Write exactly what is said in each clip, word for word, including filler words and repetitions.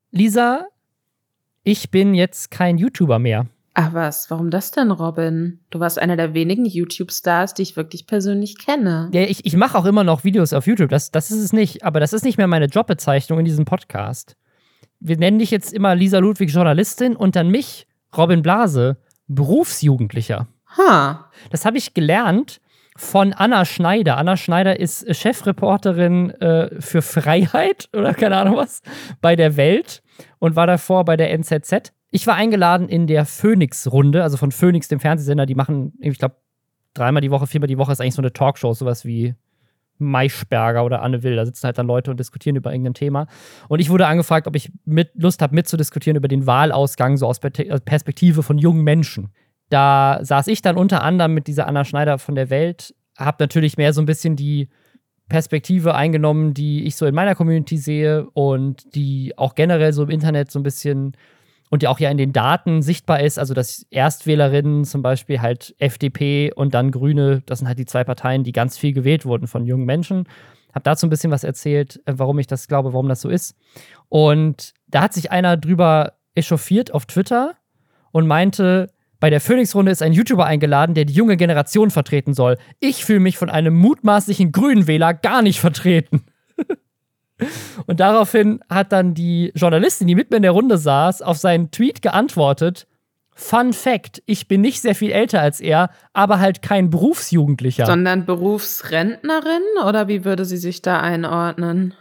Lisa, ich bin jetzt kein YouTuber mehr. Ach was, warum das denn, Robin? Du warst einer der wenigen YouTube-Stars, die ich wirklich persönlich kenne. Ja, ich, ich mache auch immer noch Videos auf YouTube, das, das ist es nicht. Aber das ist nicht mehr meine Jobbezeichnung in diesem Podcast. Wir nennen dich jetzt immer Lisa Ludwig, Journalistin, und dann mich, Robin Blase, Berufsjugendlicher. Ha. Das habe ich gelernt von Anna Schneider. Anna Schneider ist Chefreporterin äh, für Freiheit oder keine Ahnung was bei der Welt und war davor bei der N Z Z. Ich war eingeladen in der Phoenix-Runde, also von Phoenix, dem Fernsehsender. Die machen, ich glaube, dreimal die Woche, viermal die Woche ist eigentlich so eine Talkshow, sowas wie Maischberger oder Anne Will. Da sitzen halt dann Leute und diskutieren über irgendein Thema. Und ich wurde angefragt, ob ich mit Lust habe, mitzudiskutieren über den Wahlausgang, so aus Perspektive von jungen Menschen. Da saß ich dann unter anderem mit dieser Anna Schneider von der Welt, habe natürlich mehr so ein bisschen die Perspektive eingenommen, die ich so in meiner Community sehe und die auch generell so im Internet so ein bisschen und die auch ja in den Daten sichtbar ist, also dass Erstwählerinnen zum Beispiel halt F D P und dann Grüne, das sind halt die zwei Parteien, die ganz viel gewählt wurden von jungen Menschen. Hab dazu ein bisschen was erzählt, warum ich das glaube, warum das so ist. Und da hat sich einer drüber echauffiert auf Twitter und meinte, bei der Phoenix-Runde ist ein YouTuber eingeladen, der die junge Generation vertreten soll. Ich fühle mich von einem mutmaßlichen Grünenwähler gar nicht vertreten. Und daraufhin hat dann die Journalistin, die mit mir in der Runde saß, auf seinen Tweet geantwortet: Fun Fact, ich bin nicht sehr viel älter als er, aber halt kein Berufsjugendlicher. Sondern Berufsrentnerin? Oder wie würde sie sich da einordnen?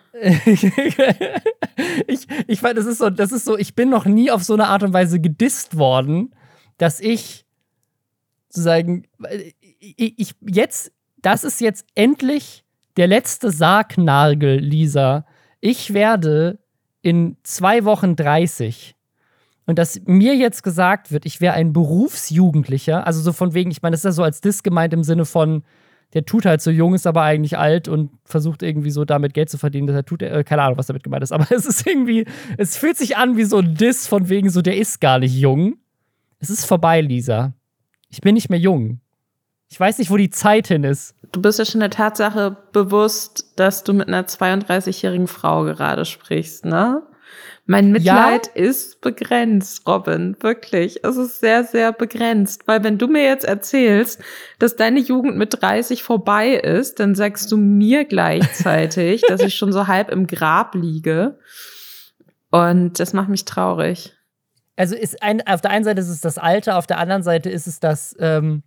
ich, ich fand, das ist so, das ist so, ich bin noch nie auf so eine Art und Weise gedisst worden, dass ich sozusagen, ich, ich jetzt, das ist jetzt endlich der letzte Sargnagel, Lisa. Ich werde in zwei Wochen dreißig. Und dass mir jetzt gesagt wird, ich wäre ein Berufsjugendlicher, also so von wegen, ich meine, das ist ja so als Diss gemeint im Sinne von, der tut halt so jung, ist aber eigentlich alt und versucht irgendwie so damit Geld zu verdienen, dass er tut, äh, keine Ahnung, was damit gemeint ist, aber es ist irgendwie, es fühlt sich an wie so ein Diss von wegen so, der ist gar nicht jung. Es ist vorbei, Lisa. Ich bin nicht mehr jung. Ich weiß nicht, wo die Zeit hin ist. Du bist ja schon der Tatsache bewusst, dass du mit einer zweiunddreißigjährigen Frau gerade sprichst, ne? Mein Mitleid ja? ist begrenzt, Robin. Wirklich. Es ist sehr, sehr begrenzt. Weil wenn du mir jetzt erzählst, dass deine Jugend mit dreißig vorbei ist, dann sagst du mir gleichzeitig, dass ich schon so halb im Grab liege. Und das macht mich traurig. Also ist ein, auf der einen Seite ist es das Alter, auf der anderen Seite ist es das, ähm,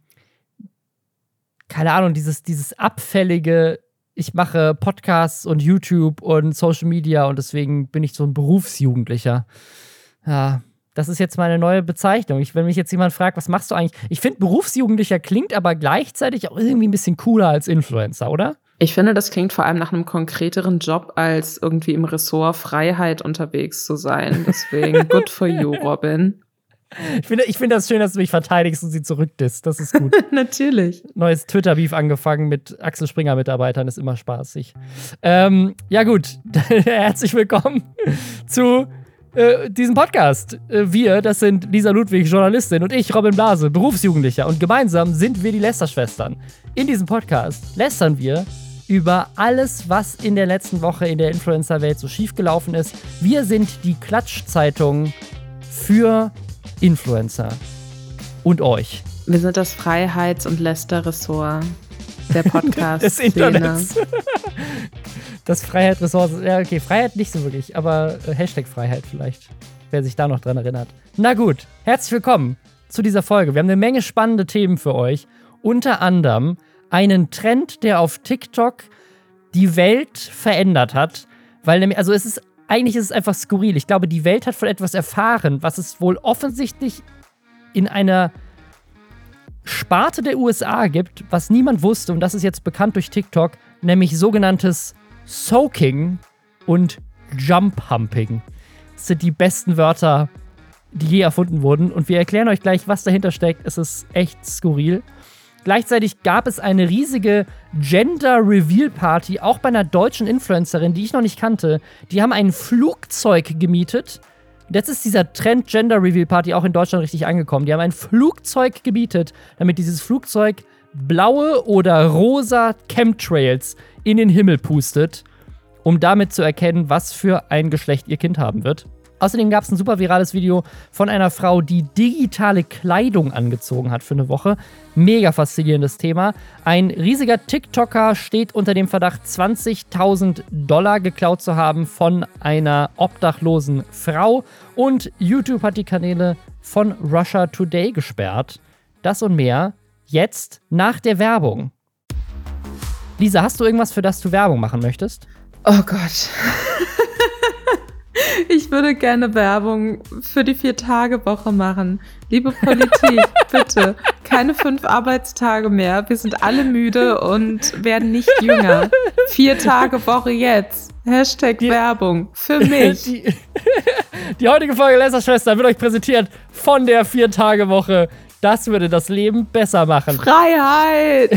keine Ahnung, dieses, dieses abfällige, ich mache Podcasts und YouTube und Social Media und deswegen bin ich so ein Berufsjugendlicher. Ja, das ist jetzt meine neue Bezeichnung. Ich, wenn mich jetzt jemand fragt, was machst du eigentlich? Ich finde, Berufsjugendlicher klingt aber gleichzeitig auch irgendwie ein bisschen cooler als Influencer, oder? Ich finde, das klingt vor allem nach einem konkreteren Job, als irgendwie im Ressort Freiheit unterwegs zu sein. Deswegen, good for you, Robin. Ich finde ich find das schön, dass du mich verteidigst und sie zurückdisst. Das ist gut. Natürlich. Neues Twitter-Beef angefangen mit Axel Springer-Mitarbeitern, ist immer spaßig. Ähm, ja gut, herzlich willkommen zu äh, diesem Podcast. Äh, wir, das sind Lisa Ludwig, Journalistin, und ich, Robin Blase, Berufsjugendlicher. Und gemeinsam sind wir die Lästerschwestern. In diesem Podcast lästern wir über alles, was in der letzten Woche in der Influencer-Welt so schiefgelaufen ist. Wir sind die Klatschzeitung für Influencer und euch. Wir sind das Freiheits- und Läster-Ressort der Podcast des Internets. Das Freiheit-Ressort, ja okay, Freiheit nicht so wirklich, aber äh, Hashtag Freiheit vielleicht, wer sich da noch dran erinnert. Na gut, herzlich willkommen zu dieser Folge. Wir haben eine Menge spannende Themen für euch, unter anderem einen Trend, der auf TikTok die Welt verändert hat, weil nämlich, also es ist Eigentlich ist es einfach skurril. Ich glaube, die Welt hat von etwas erfahren, was es wohl offensichtlich in einer Sparte der U S A gibt, was niemand wusste, und das ist jetzt bekannt durch TikTok, nämlich sogenanntes Soaking und Jump-Humping. Das sind die besten Wörter, die je erfunden wurden, und wir erklären euch gleich, was dahinter steckt. Es ist echt skurril. Gleichzeitig gab es eine riesige Gender-Reveal-Party, auch bei einer deutschen Influencerin, die ich noch nicht kannte. Die haben ein Flugzeug gemietet. Jetzt ist dieser Trend Gender-Reveal-Party auch in Deutschland richtig angekommen. Die haben ein Flugzeug gemietet, damit dieses Flugzeug blaue oder rosa Chemtrails in den Himmel pustet, um damit zu erkennen, was für ein Geschlecht ihr Kind haben wird. Außerdem gab es ein super virales Video von einer Frau, die digitale Kleidung angezogen hat für eine Woche. Mega faszinierendes Thema. Ein riesiger TikToker steht unter dem Verdacht, zwanzigtausend Dollar geklaut zu haben von einer obdachlosen Frau. Und YouTube hat die Kanäle von Russia Today gesperrt. Das und mehr jetzt nach der Werbung. Lisa, hast du irgendwas, für das du Werbung machen möchtest? Oh Gott. Ich würde gerne Werbung für die Vier-Tage-Woche machen. Liebe Politik, bitte, keine fünf Arbeitstage mehr. Wir sind alle müde und werden nicht jünger. Vier-Tage-Woche jetzt. Hashtag die, Werbung für mich. Die, die heutige Folge Lästerschwester wird euch präsentiert von der Vier-Tage-Woche. Das würde das Leben besser machen. Freiheit!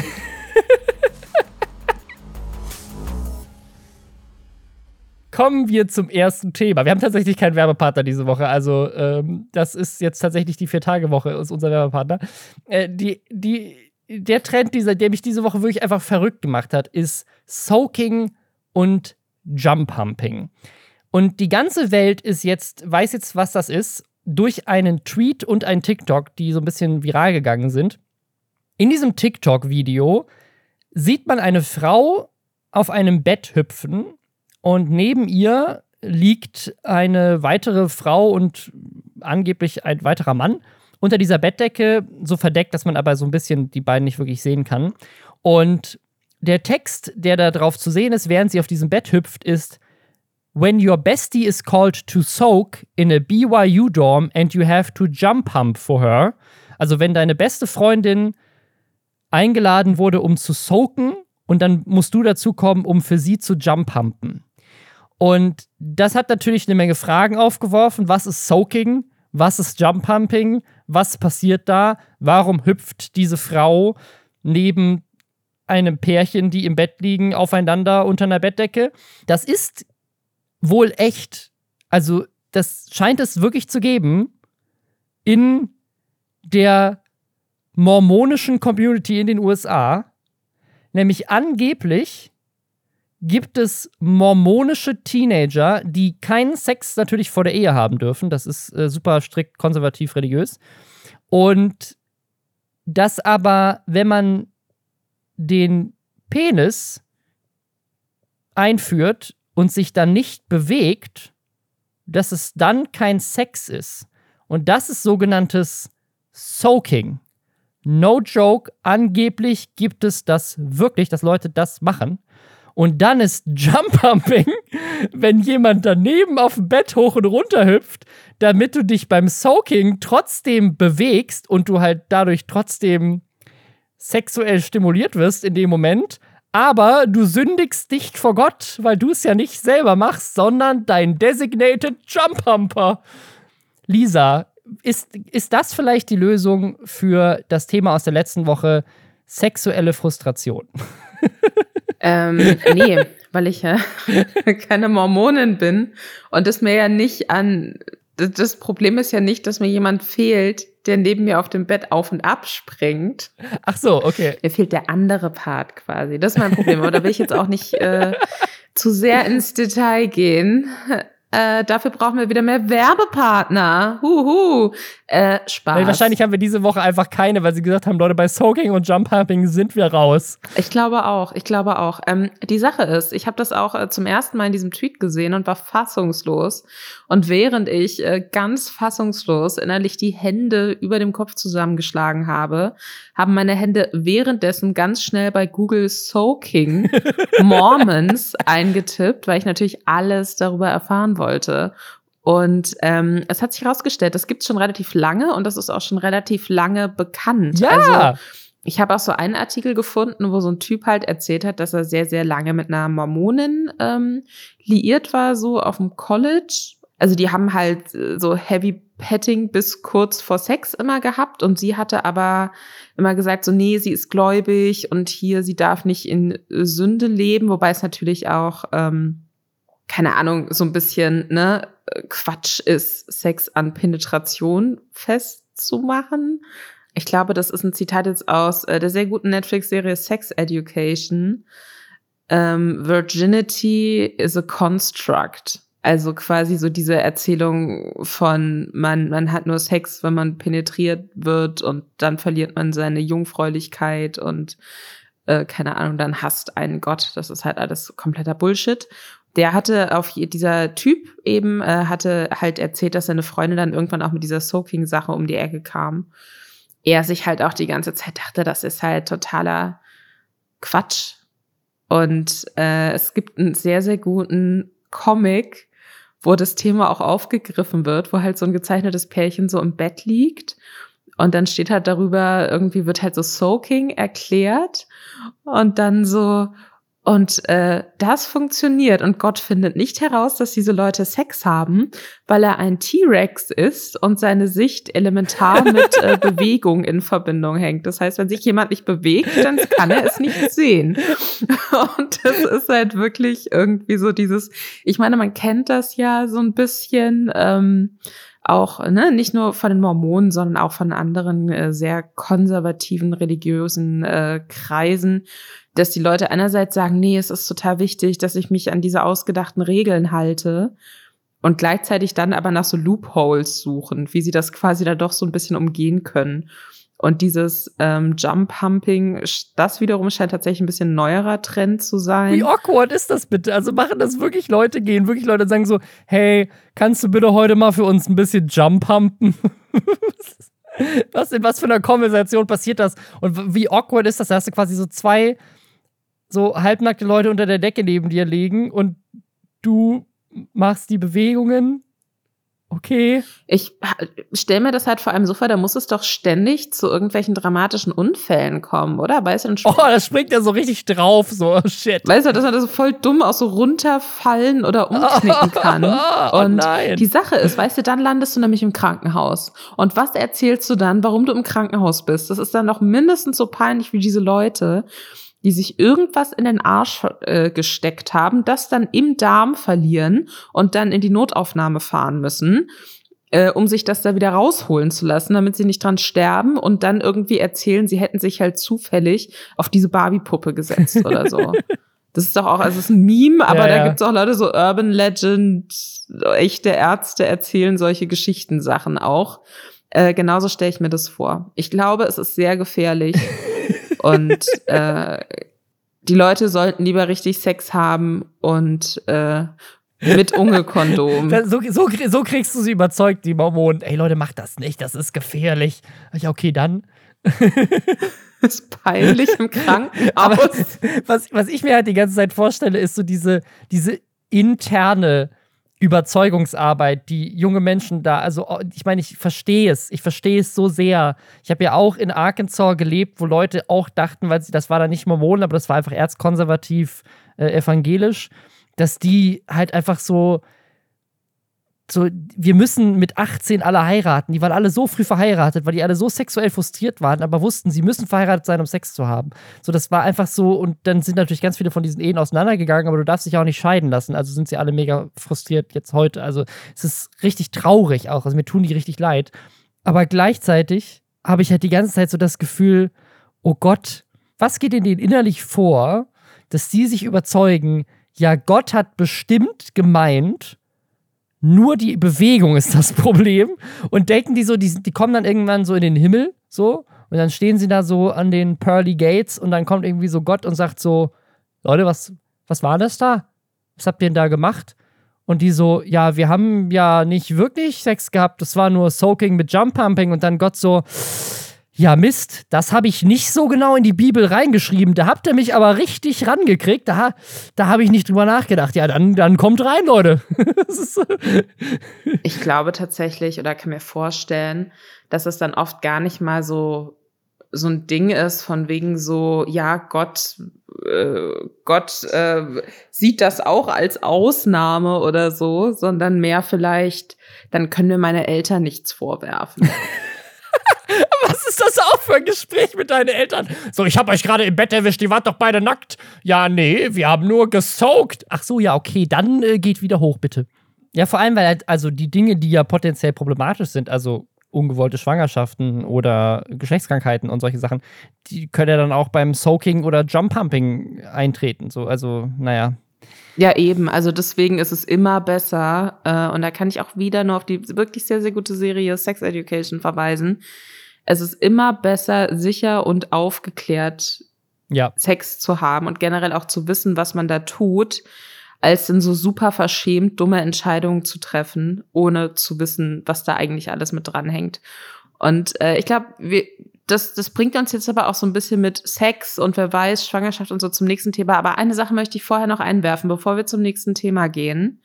Kommen wir zum ersten Thema. Wir haben tatsächlich keinen Werbepartner diese Woche. Also, ähm, das ist jetzt tatsächlich die Vier-Tage-Woche, ist unser Werbepartner. Äh, die, die, der Trend, dieser, der mich diese Woche wirklich einfach verrückt gemacht hat, ist Soaking und Jump-Pumping. Und die ganze Welt ist jetzt, weiß jetzt, was das ist, durch einen Tweet und ein TikTok, die so ein bisschen viral gegangen sind. In diesem TikTok-Video sieht man eine Frau auf einem Bett hüpfen. Und neben ihr liegt eine weitere Frau und angeblich ein weiterer Mann unter dieser Bettdecke, so verdeckt, dass man aber so ein bisschen die beiden nicht wirklich sehen kann. Und der Text, der da drauf zu sehen ist, während sie auf diesem Bett hüpft, ist: When your bestie is called to soak in a B Y U dorm and you have to jump pump for her. Also wenn deine beste Freundin eingeladen wurde, um zu soaken, und dann musst du dazu kommen, um für sie zu jump pumpen. Und das hat natürlich eine Menge Fragen aufgeworfen. Was ist Soaking? Was ist Jump Pumping? Was passiert da? Warum hüpft diese Frau neben einem Pärchen, die im Bett liegen, aufeinander unter einer Bettdecke? Das ist wohl echt. Also, das scheint es wirklich zu geben in der mormonischen Community in den U S A. Nämlich angeblich gibt es mormonische Teenager, die keinen Sex natürlich vor der Ehe haben dürfen. Das ist äh, super strikt konservativ religiös. Und dass aber, wenn man den Penis einführt und sich dann nicht bewegt, dass es dann kein Sex ist. Und das ist sogenanntes Soaking. No joke, angeblich gibt es das wirklich, dass Leute das machen. Und dann ist Jump Pumping, wenn jemand daneben auf dem Bett hoch und runter hüpft, damit du dich beim Soaking trotzdem bewegst und du halt dadurch trotzdem sexuell stimuliert wirst in dem Moment. Aber du sündigst nicht vor Gott, weil du es ja nicht selber machst, sondern dein designated Jump Pumper. Lisa, Ist, ist das vielleicht die Lösung für das Thema aus der letzten Woche, sexuelle Frustration? ähm, nee, weil ich ja keine Mormonin bin und es mir ja nicht an, das Problem ist ja nicht, dass mir jemand fehlt, der neben mir auf dem Bett auf und ab springt. Ach so, okay. Mir fehlt der andere Part quasi, das ist mein Problem, aber da will ich jetzt auch nicht äh, zu sehr ins Detail gehen. Äh, dafür brauchen wir wieder mehr Werbepartner. Huhu. Äh, Spaß. Weil wahrscheinlich haben wir diese Woche einfach keine, weil sie gesagt haben, Leute, bei Soaking und Jump Pumping sind wir raus. Ich glaube auch, ich glaube auch. Ähm, die Sache ist, ich habe das auch äh, zum ersten Mal in diesem Tweet gesehen und war fassungslos. Und während ich äh, ganz fassungslos innerlich die Hände über dem Kopf zusammengeschlagen habe, haben meine Hände währenddessen ganz schnell bei Google Soaking Mormons eingetippt, weil ich natürlich alles darüber erfahren wollte. Und ähm, es hat sich herausgestellt, das gibt's schon relativ lange und das ist auch schon relativ lange bekannt. Ja. Also ich habe auch so einen Artikel gefunden, wo so ein Typ halt erzählt hat, dass er sehr, sehr lange mit einer Mormonin ähm, liiert war, so auf dem College. Also die haben halt so Heavy Petting bis kurz vor Sex immer gehabt und sie hatte aber immer gesagt, so nee, sie ist gläubig und hier, sie darf nicht in Sünde leben, wobei es natürlich auch, ähm, keine Ahnung, so ein bisschen ne Quatsch ist, Sex an Penetration festzumachen. Ich glaube, das ist ein Zitat jetzt aus äh, der sehr guten Netflix-Serie Sex Education. Ähm, Virginity is a construct. Also quasi so diese Erzählung von, man, man hat nur Sex, wenn man penetriert wird und dann verliert man seine Jungfräulichkeit und äh, keine Ahnung, dann hasst einen Gott. Das ist halt alles kompletter Bullshit. Der hatte auf dieser Typ eben, äh, hatte halt erzählt, dass seine Freundin dann irgendwann auch mit dieser Soaking-Sache um die Ecke kam. Er sich halt auch die ganze Zeit dachte, das ist halt totaler Quatsch. Und äh, es gibt einen sehr, sehr guten Comic, wo das Thema auch aufgegriffen wird, wo halt so ein gezeichnetes Pärchen so im Bett liegt und dann steht halt darüber, irgendwie wird halt so Soaking erklärt und dann so, und äh, das funktioniert und Gott findet nicht heraus, dass diese Leute Sex haben, weil er ein T-Rex ist und seine Sicht elementar mit äh, Bewegung in Verbindung hängt. Das heißt, wenn sich jemand nicht bewegt, dann kann er es nicht sehen. Und das ist halt wirklich irgendwie so dieses, ich meine, man kennt das ja so ein bisschen, ähm, auch, ne, nicht nur von den Mormonen, sondern auch von anderen äh, sehr konservativen religiösen äh, Kreisen, dass die Leute einerseits sagen, nee, es ist total wichtig, dass ich mich an diese ausgedachten Regeln halte und gleichzeitig dann aber nach so Loopholes suchen, wie sie das quasi da doch so ein bisschen umgehen können. Und dieses ähm, Jump-Humping, das wiederum scheint tatsächlich ein bisschen neuerer Trend zu sein. Wie awkward ist das bitte? Also machen das wirklich Leute, gehen wirklich Leute und sagen so, hey, kannst du bitte heute mal für uns ein bisschen Jump-Humpen? Was in was für einer Konversation passiert das? Und wie awkward ist das? Da hast du quasi so zwei so halbnackte Leute unter der Decke neben dir liegen und du machst die Bewegungen. Okay. Ich stelle mir das halt vor allem so vor, da muss es doch ständig zu irgendwelchen dramatischen Unfällen kommen, oder? Weißt du, dann oh, das springt ja so richtig drauf, so shit. Weißt du, dass man da so voll dumm auch so runterfallen oder umknicken kann. Oh, und nein. Die Sache ist, weißt du, dann landest du nämlich im Krankenhaus. Und was erzählst du dann, warum du im Krankenhaus bist? Das ist dann noch mindestens so peinlich wie diese Leute, die sich irgendwas in den Arsch äh, gesteckt haben, das dann im Darm verlieren und dann in die Notaufnahme fahren müssen, äh, um sich das da wieder rausholen zu lassen, damit sie nicht dran sterben und dann irgendwie erzählen, sie hätten sich halt zufällig auf diese Barbie-Puppe gesetzt oder so. Das ist doch auch, also es ist ein Meme, aber ja, da ja. gibt's auch Leute, so Urban Legend, echte Ärzte erzählen solche Geschichtensachen auch. Äh, genauso stelle ich mir das vor. Ich glaube, es ist sehr gefährlich. Und äh, die Leute sollten lieber richtig Sex haben und äh, mit Unge-Kondom. So, so, so kriegst du sie überzeugt, die Mormonen. Ey Leute, macht das nicht, das ist gefährlich. Ja, okay, dann. Das ist peinlich im Krankenhaus. Aber was, was ich mir halt die ganze Zeit vorstelle, ist so diese, diese interne Überzeugungsarbeit, die junge Menschen da, also ich meine, ich verstehe es, ich verstehe es so sehr. Ich habe ja auch in Arkansas gelebt, wo Leute auch dachten, weil sie, das war da nicht Mormonen, aber das war einfach erzkonservativ äh, evangelisch, dass die halt einfach so, so, wir müssen mit achtzehn alle heiraten. Die waren alle so früh verheiratet, weil die alle so sexuell frustriert waren, aber wussten, sie müssen verheiratet sein, um Sex zu haben. So, das war einfach so, und dann sind natürlich ganz viele von diesen Ehen auseinandergegangen, aber du darfst dich auch nicht scheiden lassen. Also sind sie alle mega frustriert jetzt heute. Also es ist richtig traurig auch. Also mir tun die richtig leid. Aber gleichzeitig habe ich halt die ganze Zeit so das Gefühl, oh Gott, was geht in denen innerlich vor, dass die sich überzeugen, ja, Gott hat bestimmt gemeint, nur die Bewegung ist das Problem. Und denken die so, die, die kommen dann irgendwann so in den Himmel, so, und dann stehen sie da so an den Pearly Gates und dann kommt irgendwie so Gott und sagt so, Leute, was, was war das da? Was habt ihr denn da gemacht? Und die so, ja, wir haben ja nicht wirklich Sex gehabt, das war nur Soaking mit Jump Pumping. Und dann Gott so, ja Mist, das habe ich nicht so genau in die Bibel reingeschrieben. Da habt ihr mich aber richtig rangekriegt. Da, da habe ich nicht drüber nachgedacht. Ja, dann, dann kommt rein, Leute. Ich glaube tatsächlich oder kann mir vorstellen, dass es dann oft gar nicht mal so, so ein Ding ist von wegen so, ja, Gott, äh, Gott äh, sieht das auch als Ausnahme oder so, sondern mehr vielleicht, dann können wir meine Eltern nichts vorwerfen. Was ist das auch für ein Gespräch mit deinen Eltern? So, ich hab euch gerade im Bett erwischt, die wart doch beide nackt. Ja, nee, wir haben nur gesoakt. Ach so, ja, okay, dann äh, geht wieder hoch, bitte. Ja, vor allem, weil halt, also die Dinge, die ja potenziell problematisch sind, also ungewollte Schwangerschaften oder Geschlechtskrankheiten und solche Sachen, die können ja dann auch beim Soaking oder Jump Pumping eintreten. So, also, naja. Ja, eben. Also deswegen ist es immer besser. Äh, und da kann ich auch wieder nur auf die wirklich sehr, sehr gute Serie Sex Education verweisen. Es ist immer besser, sicher und aufgeklärt ja. Sex zu haben und generell auch zu wissen, was man da tut, als dann so super verschämt dumme Entscheidungen zu treffen, ohne zu wissen, was da eigentlich alles mit dranhängt. Und äh, ich glaube, wir Das, das bringt uns jetzt aber auch so ein bisschen mit Sex und wer weiß, Schwangerschaft und so zum nächsten Thema. Aber eine Sache möchte ich vorher noch einwerfen, bevor wir zum nächsten Thema gehen.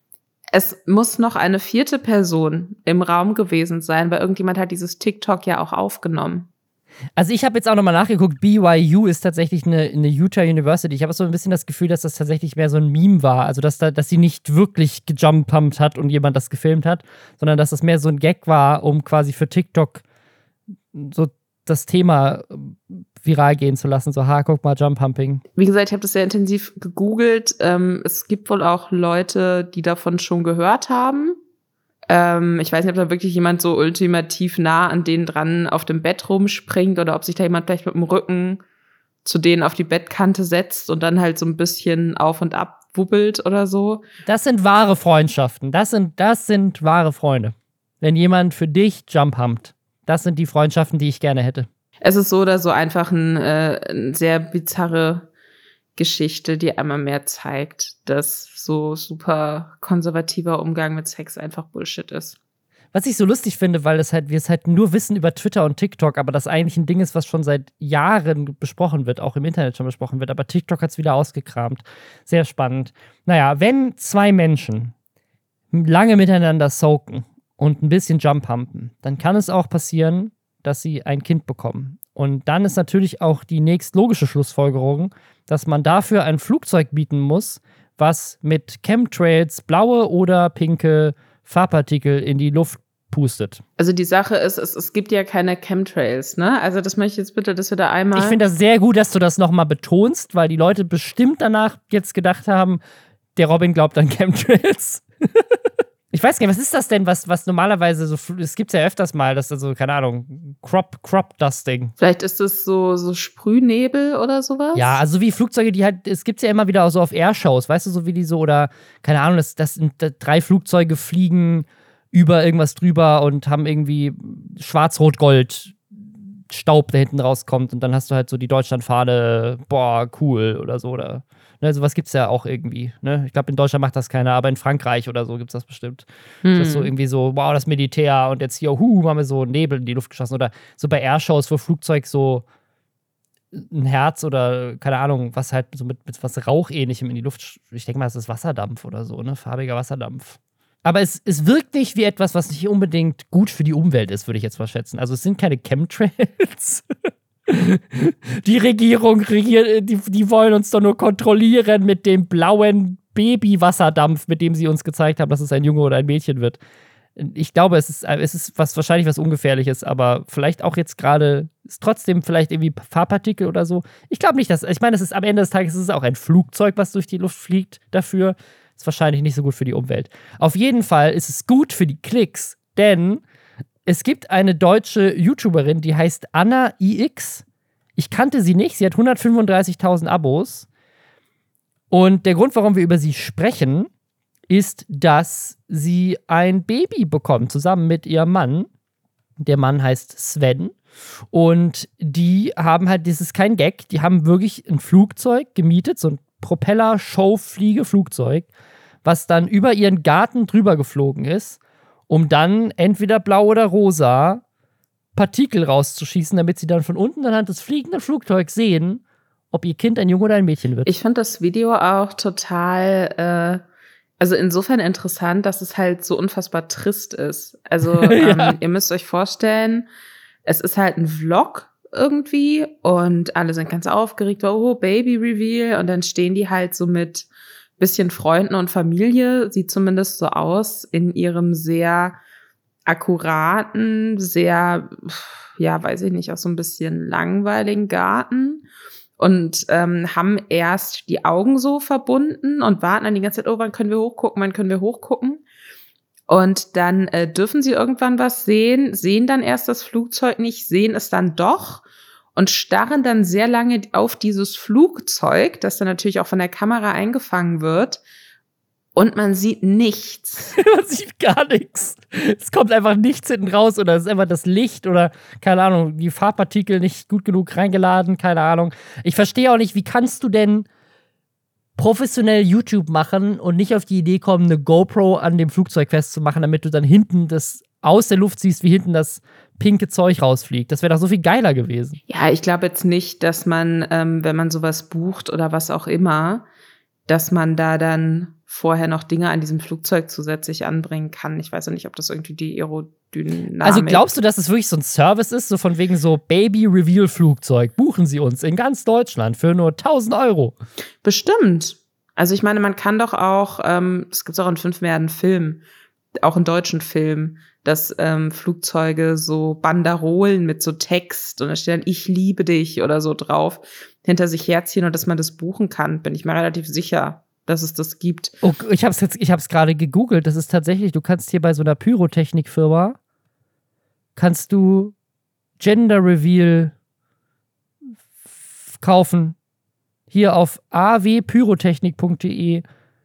Es muss noch eine vierte Person im Raum gewesen sein, weil irgendjemand hat dieses TikTok ja auch aufgenommen. Also ich habe jetzt auch nochmal nachgeguckt, B Y U ist tatsächlich eine, eine Utah University. Ich habe so ein bisschen das Gefühl, dass das tatsächlich mehr so ein Meme war. Also dass, da, dass sie nicht wirklich gejumppumpt hat und jemand das gefilmt hat, sondern dass das mehr so ein Gag war, um quasi für TikTok so das Thema viral gehen zu lassen. So, ha, guck mal, Jump-Pumping. Wie gesagt, ich habe das sehr intensiv gegoogelt. Ähm, es gibt wohl auch Leute, die davon schon gehört haben. Ähm, ich weiß nicht, ob da wirklich jemand so ultimativ nah an denen dran auf dem Bett rumspringt oder ob sich da jemand vielleicht mit dem Rücken zu denen auf die Bettkante setzt und dann halt so ein bisschen auf und ab wubbelt oder so. Das sind wahre Freundschaften. Das sind, das sind wahre Freunde. Wenn jemand für dich Jump-pumpt. Das sind die Freundschaften, die ich gerne hätte. Es ist so oder so einfach ein, äh, eine sehr bizarre Geschichte, die einmal mehr zeigt, dass so super konservativer Umgang mit Sex einfach Bullshit ist. Was ich so lustig finde, weil das halt, wir es halt nur wissen über Twitter und TikTok, aber das eigentlich ein Ding ist, was schon seit Jahren besprochen wird, auch im Internet schon besprochen wird, aber TikTok hat es wieder ausgekramt. Sehr spannend. Naja, wenn zwei Menschen lange miteinander soaken und ein bisschen Jump-pumpen, dann kann es auch passieren, dass sie ein Kind bekommen. Und dann ist natürlich auch die nächstlogische Schlussfolgerung, dass man dafür ein Flugzeug bieten muss, was mit Chemtrails blaue oder pinke Farbpartikel in die Luft pustet. Also die Sache ist, es, es gibt ja keine Chemtrails, ne? Also das möchte ich jetzt bitte, dass wir da einmal... Ich finde das sehr gut, dass du das nochmal betonst, weil die Leute bestimmt danach jetzt gedacht haben, der Robin glaubt an Chemtrails. Ich weiß gar nicht, was ist das denn, was, was normalerweise so, es gibt ja öfters mal, das ist so, keine Ahnung, Crop, Crop Dusting. Vielleicht ist es so, so Sprühnebel oder sowas? Ja, also wie Flugzeuge, die halt, es gibt's ja immer wieder auch so auf Airshows, weißt du, so wie die so, oder, keine Ahnung, das, das sind drei Flugzeuge fliegen über irgendwas drüber und haben irgendwie schwarz-rot-gold Staub, der hinten rauskommt und dann hast du halt so die Deutschlandfahne, boah, cool oder so, oder ne, sowas gibt's ja auch irgendwie, ne? Ich glaube, in Deutschland macht das keiner, aber in Frankreich oder so gibt's das bestimmt. Hm. Das ist so irgendwie so, wow, das Militär und jetzt hier, hu, haben wir so Nebel in die Luft geschossen oder so bei Airshows, wo Flugzeug so ein Herz oder, keine Ahnung, was halt so mit, mit was Rauchähnlichem in die Luft, ich denke mal, das ist Wasserdampf oder so, ne? Farbiger Wasserdampf. Aber es, es wirkt nicht wie etwas, was nicht unbedingt gut für die Umwelt ist, würde ich jetzt mal schätzen. Also es sind keine Chemtrails. Die Regierung, regiert, die, die wollen uns doch nur kontrollieren mit dem blauen Babywasserdampf, mit dem sie uns gezeigt haben, dass es ein Junge oder ein Mädchen wird. Ich glaube, es ist, es ist was, wahrscheinlich was Ungefährliches, aber vielleicht auch jetzt gerade, ist trotzdem vielleicht irgendwie Farbpartikel oder so. Ich glaube nicht, dass, ich meine, es ist am Ende des Tages ist es auch ein Flugzeug, was durch die Luft fliegt dafür. Ist wahrscheinlich nicht so gut für die Umwelt. Auf jeden Fall ist es gut für die Klicks, denn es gibt eine deutsche YouTuberin, die heißt Anna I X. Ich kannte sie nicht, sie hat hundertfünfunddreißigtausend Abos. Und der Grund, warum wir über sie sprechen, ist, dass sie ein Baby bekommt, zusammen mit ihrem Mann. Der Mann heißt Sven. Und die haben halt, das ist kein Gag, die haben wirklich ein Flugzeug gemietet, so ein Propeller-Show-Fliege-Flugzeug, was dann über ihren Garten drüber geflogen ist, um dann entweder blau oder rosa Partikel rauszuschießen, damit sie dann von unten anhand des fliegenden Flugzeugs sehen, ob ihr Kind ein Junge oder ein Mädchen wird. Ich fand das Video auch total, äh, also insofern interessant, dass es halt so unfassbar trist ist. Also ja. ähm, ihr müsst euch vorstellen, es ist halt ein Vlog irgendwie und alle sind ganz aufgeregt, oh, Baby Reveal, und dann stehen die halt so mit bisschen Freunden und Familie, sieht zumindest so aus, in ihrem sehr akkuraten, sehr, ja, weiß ich nicht, auch so ein bisschen langweiligen Garten und ähm, haben erst die Augen so verbunden und warten dann die ganze Zeit, oh, wann können wir hochgucken, wann können wir hochgucken? Und dann äh, dürfen sie irgendwann was sehen, sehen dann erst das Flugzeug nicht, sehen es dann doch und starren dann sehr lange auf dieses Flugzeug, das dann natürlich auch von der Kamera eingefangen wird. Und man sieht nichts. Man sieht gar nichts. Es kommt einfach nichts hinten raus oder es ist einfach das Licht oder, keine Ahnung, die Farbpartikel nicht gut genug reingeladen, keine Ahnung. Ich verstehe auch nicht, wie kannst du denn professionell YouTube machen und nicht auf die Idee kommen, eine GoPro an dem Flugzeug festzumachen, damit du dann hinten das aus der Luft siehst, wie hinten das pinke Zeug rausfliegt. Das wäre doch so viel geiler gewesen. Ja, ich glaube jetzt nicht, dass man, ähm, wenn man sowas bucht oder was auch immer, dass man da dann vorher noch Dinge an diesem Flugzeug zusätzlich anbringen kann. Ich weiß ja nicht, ob das irgendwie die Aerodynamik... Also glaubst du, dass es wirklich so ein Service ist, so von wegen so Baby-Reveal-Flugzeug? Buchen Sie uns in ganz Deutschland für nur tausend Euro. Bestimmt. Also ich meine, man kann doch auch, ähm, das gibt's auch in fünf Milliarden Filmen, auch in deutschen Filmen, dass ähm, Flugzeuge so Banderolen mit so Text und da steht dann "Ich liebe dich" oder so drauf, hinter sich herziehen und dass man das buchen kann, bin ich mir relativ sicher, dass es das gibt. Oh, ich hab's jetzt, ich hab's gerade gegoogelt. Das ist tatsächlich, du kannst hier bei so einer Pyrotechnikfirma kannst du Gender Reveal f- kaufen. Hier auf a w pyrotechnik punkt d e.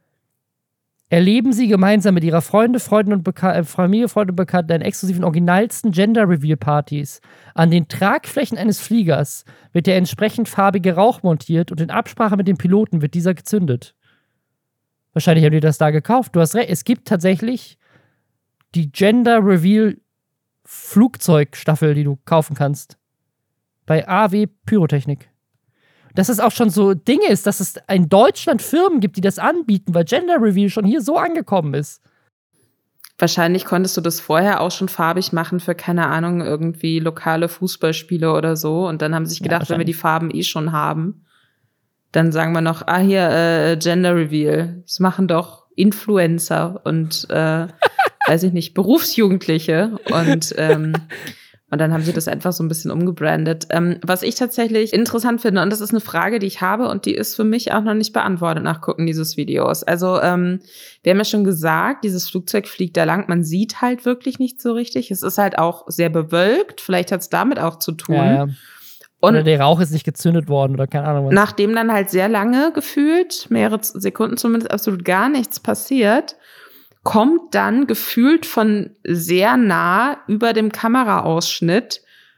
Erleben Sie gemeinsam mit Ihrer Freunde, Freunden und Beka- äh, Familie, Freunde und Bekannten einen exklusiven originalsten Gender Reveal Partys. An den Tragflächen eines Fliegers wird der entsprechend farbige Rauch montiert und in Absprache mit dem Piloten wird dieser gezündet. Wahrscheinlich haben die das da gekauft. Du hast recht, es gibt tatsächlich die Gender Reveal Flugzeugstaffel, die du kaufen kannst. Bei A W Pyrotechnik. Dass es auch schon so Dinge ist, dass es in Deutschland Firmen gibt, die das anbieten, weil Gender Reveal schon hier so angekommen ist. Wahrscheinlich konntest du das vorher auch schon farbig machen für, keine Ahnung, irgendwie lokale Fußballspiele oder so. Und dann haben sie sich gedacht, ja, wenn wir die Farben eh schon haben, dann sagen wir noch, ah, hier, äh, Gender Reveal. Das machen doch Influencer und, äh, weiß ich nicht, Berufsjugendliche. Und, ähm, und dann haben sie das einfach so ein bisschen umgebrandet. Ähm, was ich tatsächlich interessant finde, und das ist eine Frage, die ich habe und die ist für mich auch noch nicht beantwortet nach Gucken dieses Videos. Also ähm, wir haben ja schon gesagt, dieses Flugzeug fliegt da lang. Man sieht halt wirklich nicht so richtig. Es ist halt auch sehr bewölkt. Vielleicht hat es damit auch zu tun. Ja, ja. Oder der Rauch ist nicht gezündet worden oder keine Ahnung was. Nachdem dann halt sehr lange gefühlt, mehrere Sekunden zumindest, absolut gar nichts passiert, kommt dann gefühlt von sehr nah über dem Kameraausschnitt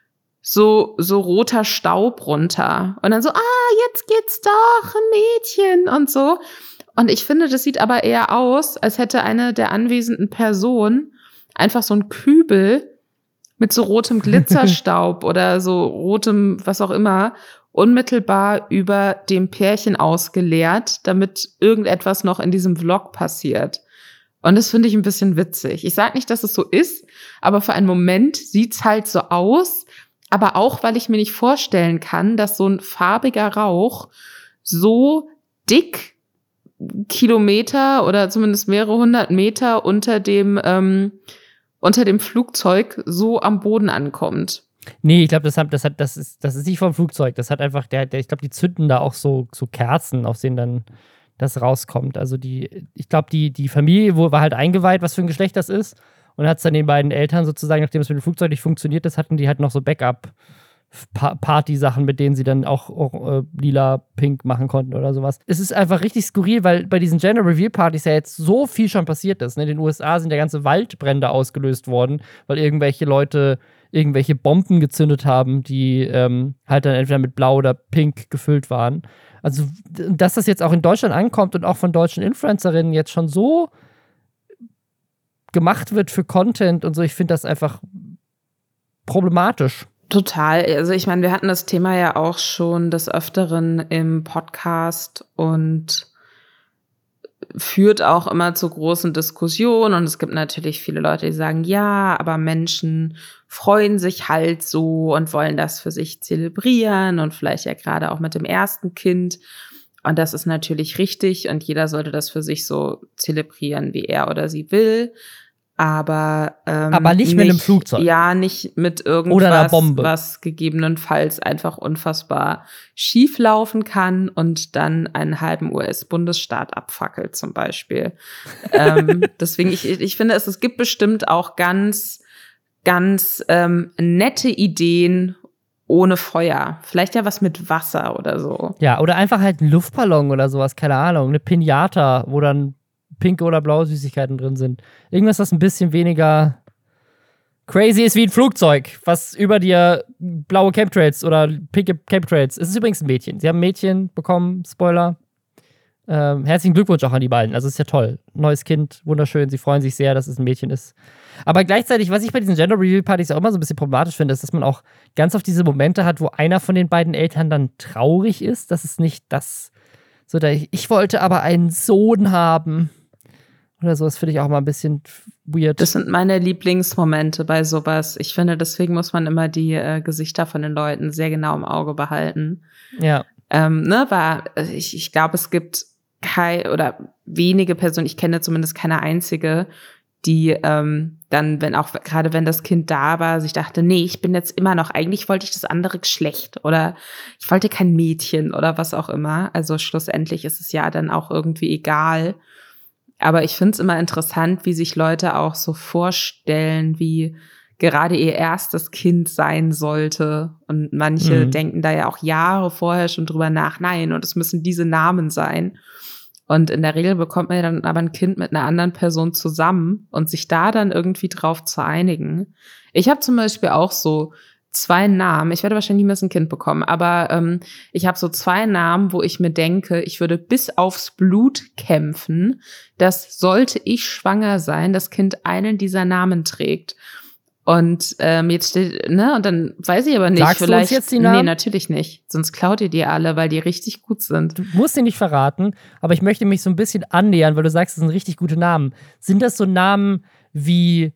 so, so roter Staub runter. Und dann so, ah, jetzt geht's doch, ein Mädchen und so. Und ich finde, das sieht aber eher aus, als hätte eine der anwesenden Personen einfach so einen Kübel mit so rotem Glitzerstaub oder so rotem, was auch immer, unmittelbar über dem Pärchen ausgeleert, damit irgendetwas noch in diesem Vlog passiert. Und das finde ich ein bisschen witzig. Ich sage nicht, dass es so ist, aber für einen Moment sieht's halt so aus. Aber auch, weil ich mir nicht vorstellen kann, dass so ein farbiger Rauch so dick Kilometer oder zumindest mehrere hundert Meter unter dem ähm, unter dem Flugzeug so am Boden ankommt. Nee, ich glaube, das hat, das hat, das ist, das ist nicht vom Flugzeug. Das hat einfach, der, der ich glaube, die zünden da auch so, so Kerzen, aus denen dann das rauskommt. Also die, ich glaube, die, die Familie war halt eingeweiht, was für ein Geschlecht das ist. Und hat es dann den beiden Eltern sozusagen, nachdem es mit dem Flugzeug nicht funktioniert ist, hatten die halt noch so Backup-Party-Sachen, mit denen sie dann auch, auch äh, lila, pink machen konnten oder sowas. Es ist einfach richtig skurril, weil bei diesen Gender-Reveal-Partys ja jetzt so viel schon passiert ist. Ne? In den U S A sind ja ganze Waldbrände ausgelöst worden, weil irgendwelche Leute irgendwelche Bomben gezündet haben, die ähm, halt dann entweder mit blau oder pink gefüllt waren. Also, dass das jetzt auch in Deutschland ankommt und auch von deutschen Influencerinnen jetzt schon so gemacht wird für Content und so, ich finde das einfach problematisch. Total. Also ich meine, wir hatten das Thema ja auch schon des Öfteren im Podcast und führt auch immer zu großen Diskussionen. Und es gibt natürlich viele Leute, die sagen, ja, aber Menschen freuen sich halt so und wollen das für sich zelebrieren und vielleicht ja gerade auch mit dem ersten Kind. Und das ist natürlich richtig und jeder sollte das für sich so zelebrieren, wie er oder sie will. Aber, ähm, aber nicht, nicht mit einem Flugzeug. Ja, nicht mit irgendwas, oder einer Bombe, was gegebenenfalls einfach unfassbar schief laufen kann und dann einen halben U S-Bundesstaat abfackelt zum Beispiel. ähm, deswegen, ich, ich finde, es, es gibt bestimmt auch ganz, ganz ähm, nette Ideen, ohne Feuer. Vielleicht ja was mit Wasser oder so. Ja, oder einfach halt ein Luftballon oder sowas, keine Ahnung. Eine Pinata, wo dann pinke oder blaue Süßigkeiten drin sind. Irgendwas, was ein bisschen weniger crazy ist wie ein Flugzeug, was über dir blaue Chemtrails oder pinke Chemtrails. Es ist übrigens ein Mädchen. Sie haben ein Mädchen bekommen, Spoiler. Ähm, herzlichen Glückwunsch auch an die beiden. Also ist ja toll. Neues Kind, wunderschön. Sie freuen sich sehr, dass es ein Mädchen ist. Aber gleichzeitig, was ich bei diesen Gender-Reveal-Partys auch immer so ein bisschen problematisch finde, ist, dass man auch ganz oft diese Momente hat, wo einer von den beiden Eltern dann traurig ist. Das ist nicht das, so da ich, ich wollte aber einen Sohn haben. Oder so, das finde ich auch mal ein bisschen weird. Das sind meine Lieblingsmomente bei sowas. Ich finde, deswegen muss man immer die äh, Gesichter von den Leuten sehr genau im Auge behalten. Ja. Ähm, ne, war, ich, ich glaube, es gibt keine oder wenige Personen, ich kenne zumindest keine einzige, die ähm, dann, wenn auch gerade wenn das Kind da war, sich dachte, nee, ich bin jetzt immer noch, eigentlich wollte ich das andere Geschlecht oder ich wollte kein Mädchen oder was auch immer. Also schlussendlich ist es ja dann auch irgendwie egal. Aber ich finde es immer interessant, wie sich Leute auch so vorstellen, wie gerade ihr erstes Kind sein sollte. Und manche mhm. denken da ja auch Jahre vorher schon drüber nach, nein, und es müssen diese Namen sein. Und in der Regel bekommt man ja dann aber ein Kind mit einer anderen Person zusammen und sich da dann irgendwie drauf zu einigen. Ich habe zum Beispiel auch so zwei Namen, ich werde wahrscheinlich niemals ein Kind bekommen, aber ähm, ich habe so zwei Namen, wo ich mir denke, ich würde bis aufs Blut kämpfen, dass sollte ich schwanger sein, das Kind einen dieser Namen trägt. Und ähm, jetzt steht, ne, und dann weiß ich aber nicht, Sagst vielleicht. Du uns jetzt die Namen? Nee, natürlich nicht. Sonst klaut ihr die alle, weil die richtig gut sind. Du musst sie nicht verraten, aber ich möchte mich so ein bisschen annähern, weil du sagst, das sind richtig gute Namen. Sind das so Namen wie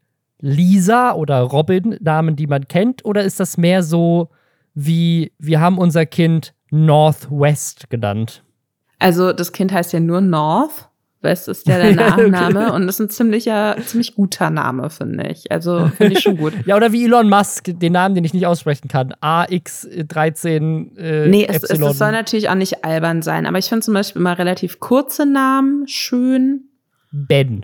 Lisa oder Robin, Namen, die man kennt, oder ist das mehr so wie, wir haben unser Kind Northwest genannt? Also das Kind heißt ja nur North. West ist ja der Nachname okay. Und das ist ein ziemlicher, ziemlich guter Name, finde ich. Also finde ich schon gut. Ja, oder wie Elon Musk, den Namen, den ich nicht aussprechen kann. A X dreizehn äh, Nee, es, es, es soll natürlich auch nicht albern sein, aber ich finde zum Beispiel immer relativ kurze Namen schön. Ben.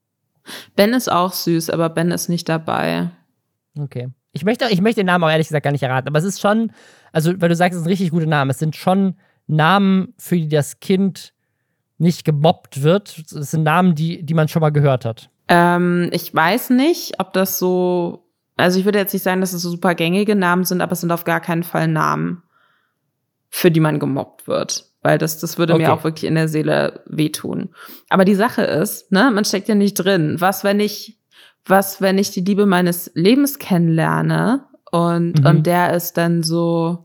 Ben ist auch süß, aber Ben ist nicht dabei. Okay. Ich möchte, ich möchte den Namen auch ehrlich gesagt gar nicht erraten, aber es ist schon, also weil du sagst, es sind richtig gute Namen, es sind schon Namen, für die das Kind nicht gemobbt wird. Das sind Namen, die, die man schon mal gehört hat. Ähm, ich weiß nicht, ob das so, also ich würde jetzt nicht sagen, dass es so super gängige Namen sind, aber es sind auf gar keinen Fall Namen, für die man gemobbt wird. Weil das, das würde okay. mir auch wirklich in der Seele wehtun. Aber die Sache ist, ne, man steckt ja nicht drin. Was, wenn ich, was, wenn ich die Liebe meines Lebens kennenlerne und, mhm. und der ist dann so,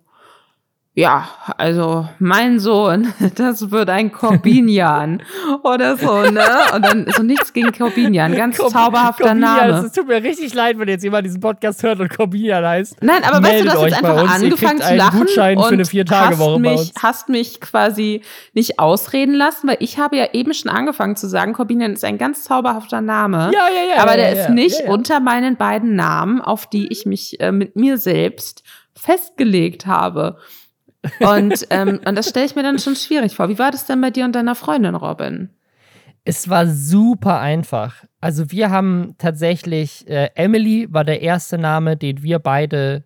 ja, also mein Sohn, das wird ein Corbinian oder so, ne? Und dann so nichts gegen Corbinian, ganz Cor- zauberhafter Corbinian, Name. Es tut mir richtig leid, wenn jetzt jemand diesen Podcast hört und Corbinian heißt. Nein, aber weißt du, du hast jetzt einfach angefangen zu lachen Gutschein und für eine Vier-Tage-Woche hast, mich, bei uns. hast mich quasi nicht ausreden lassen, weil ich habe ja eben schon angefangen zu sagen, Corbinian ist ein ganz zauberhafter Name. Ja, ja, ja. Aber der ja, ist ja, nicht ja, ja. unter meinen beiden Namen, auf die ich mich äh, mit mir selbst festgelegt habe. Und, ähm, und das stelle ich mir dann schon schwierig vor. Wie war das denn bei dir und deiner Freundin, Robin? Es war super einfach. Also wir haben tatsächlich, äh, Emily war der erste Name, den wir beide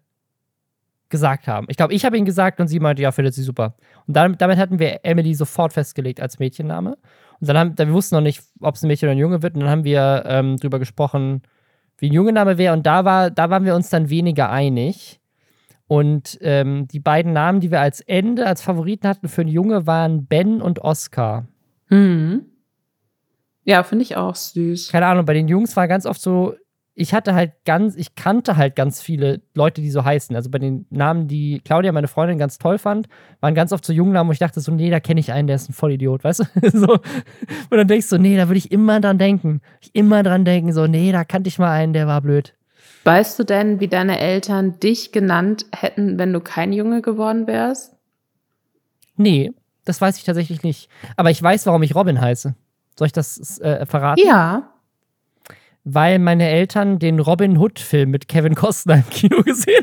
gesagt haben. Ich glaube, ich habe ihn gesagt und sie meinte, ja, findet sie super. Und damit, damit hatten wir Emily sofort festgelegt als Mädchenname. Und dann haben, dann, wir wussten noch nicht, ob es ein Mädchen oder ein Junge wird. Und dann haben wir ähm, drüber gesprochen, wie ein Junge-Name wäre. Und da, war, da waren wir uns dann weniger einig. Und ähm, die beiden Namen, die wir als Ende, als Favoriten hatten für einen Junge, waren Ben und Oscar. Mhm. Ja, finde ich auch süß. Keine Ahnung, bei den Jungs war ganz oft so, ich hatte halt ganz, ich kannte halt ganz viele Leute, die so heißen. Also bei den Namen, die Claudia, meine Freundin, ganz toll fand, waren ganz oft so Jungnamen, wo ich dachte so, nee, da kenne ich einen, der ist ein Vollidiot, weißt du? so. Und dann denkst du, so, nee, da würde ich immer dran denken. Ich immer dran denken, so, nee, da kannte ich mal einen, der war blöd. Weißt du denn, wie deine Eltern dich genannt hätten, wenn du kein Junge geworden wärst? Nee, das weiß ich tatsächlich nicht. Aber ich weiß, warum ich Robin heiße. Soll ich das äh, verraten? Ja. Weil meine Eltern den Robin Hood-Film mit Kevin Costner im Kino gesehen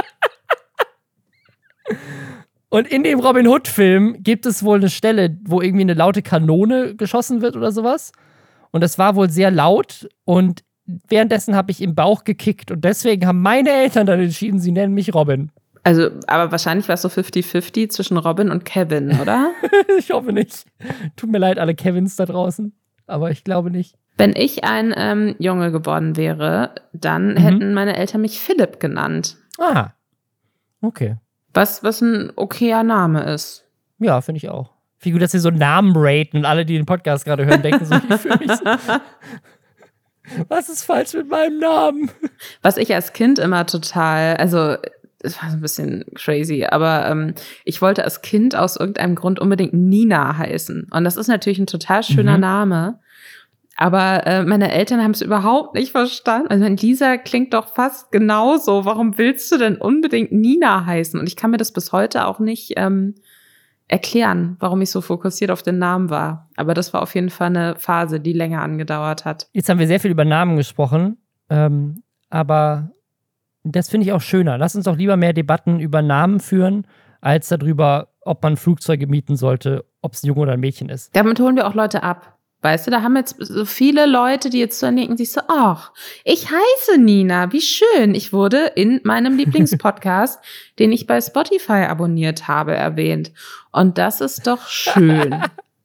haben. Und in dem Robin Hood-Film gibt es wohl eine Stelle, wo irgendwie eine laute Kanone geschossen wird oder sowas. Und das war wohl sehr laut und währenddessen habe ich im Bauch gekickt und deswegen haben meine Eltern dann entschieden, sie nennen mich Robin. Also, aber wahrscheinlich war es so fünfzig fünfzig zwischen Robin und Kevin, oder? Ich hoffe nicht. Tut mir leid, alle Kevins da draußen. Aber ich glaube nicht. Wenn ich ein ähm, Junge geworden wäre, dann mhm. hätten meine Eltern mich Philipp genannt. Aha. Okay. Was, was ein okayer Name ist. Ja, finde ich auch. Wie gut, dass sie so Namen raten und alle, die den Podcast gerade hören, denken so, wie für mich so. Was ist falsch mit meinem Namen? Was ich als Kind immer total, also es war so ein bisschen crazy, aber ähm, ich wollte als Kind aus irgendeinem Grund unbedingt Nina heißen. Und das ist natürlich ein total schöner mhm. Name. Aber äh, meine Eltern haben es überhaupt nicht verstanden. Also Lisa klingt doch fast genauso. Warum willst du denn unbedingt Nina heißen? Und ich kann mir das bis heute auch nicht ähm, erklären, warum ich so fokussiert auf den Namen war. Aber das war auf jeden Fall eine Phase, die länger angedauert hat. Jetzt haben wir sehr viel über Namen gesprochen, ähm, aber das finde ich auch schöner. Lass uns doch lieber mehr Debatten über Namen führen, als darüber, ob man Flugzeuge mieten sollte, ob es ein Junge oder ein Mädchen ist. Damit holen wir auch Leute ab. Weißt du, da haben jetzt so viele Leute, die jetzt so denken, sich so, ach, ich heiße Nina, wie schön. Ich wurde in meinem Lieblingspodcast, den ich bei Spotify abonniert habe, erwähnt. Und das ist doch schön.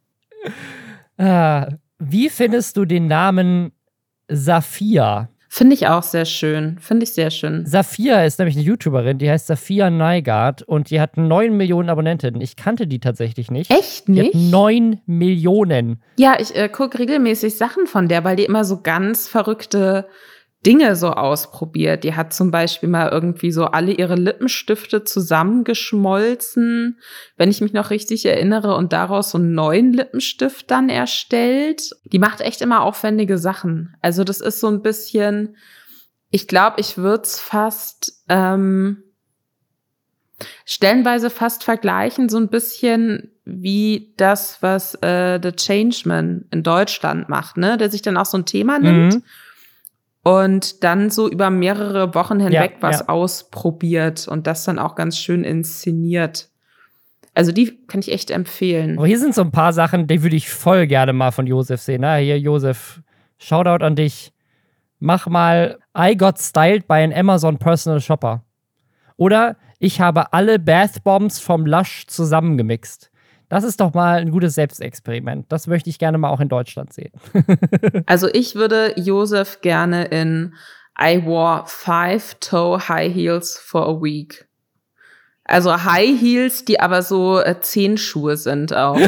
ah, wie findest du den Namen Safia? Finde ich auch sehr schön. Finde ich sehr schön. Safia ist nämlich eine YouTuberin, die heißt Safia Neigart und die hat neun Millionen Abonnentinnen. Ich kannte die tatsächlich nicht. Echt nicht? Die hat neun Millionen. Ja, ich äh, gucke regelmäßig Sachen von der, weil die immer so ganz verrückte Dinge so ausprobiert. Die hat zum Beispiel mal irgendwie so alle ihre Lippenstifte zusammengeschmolzen, wenn ich mich noch richtig erinnere, und daraus so einen neuen Lippenstift dann erstellt. Die macht echt immer aufwendige Sachen. Also das ist so ein bisschen, ich glaube, ich würde es fast ähm, stellenweise fast vergleichen, so ein bisschen wie das, was äh, The Changeman in Deutschland macht, ne? Der sich dann auch so ein Thema nimmt. Mhm. Und dann so über mehrere Wochen hinweg ja, was ja. ausprobiert und das dann auch ganz schön inszeniert. Also die kann ich echt empfehlen. Aber hier sind so ein paar Sachen, die würde ich voll gerne mal von Josef sehen. Na, hier, Josef, Shoutout an dich. Mach mal I got styled by an Amazon Personal Shopper. Oder ich habe alle Bath Bombs vom Lush zusammengemixt. Das ist doch mal ein gutes Selbstexperiment. Das möchte ich gerne mal auch in Deutschland sehen. Also ich würde Josef gerne in I wore five-toe High Heels for a week. Also High Heels, die aber so äh, Zehenschuhe sind auch.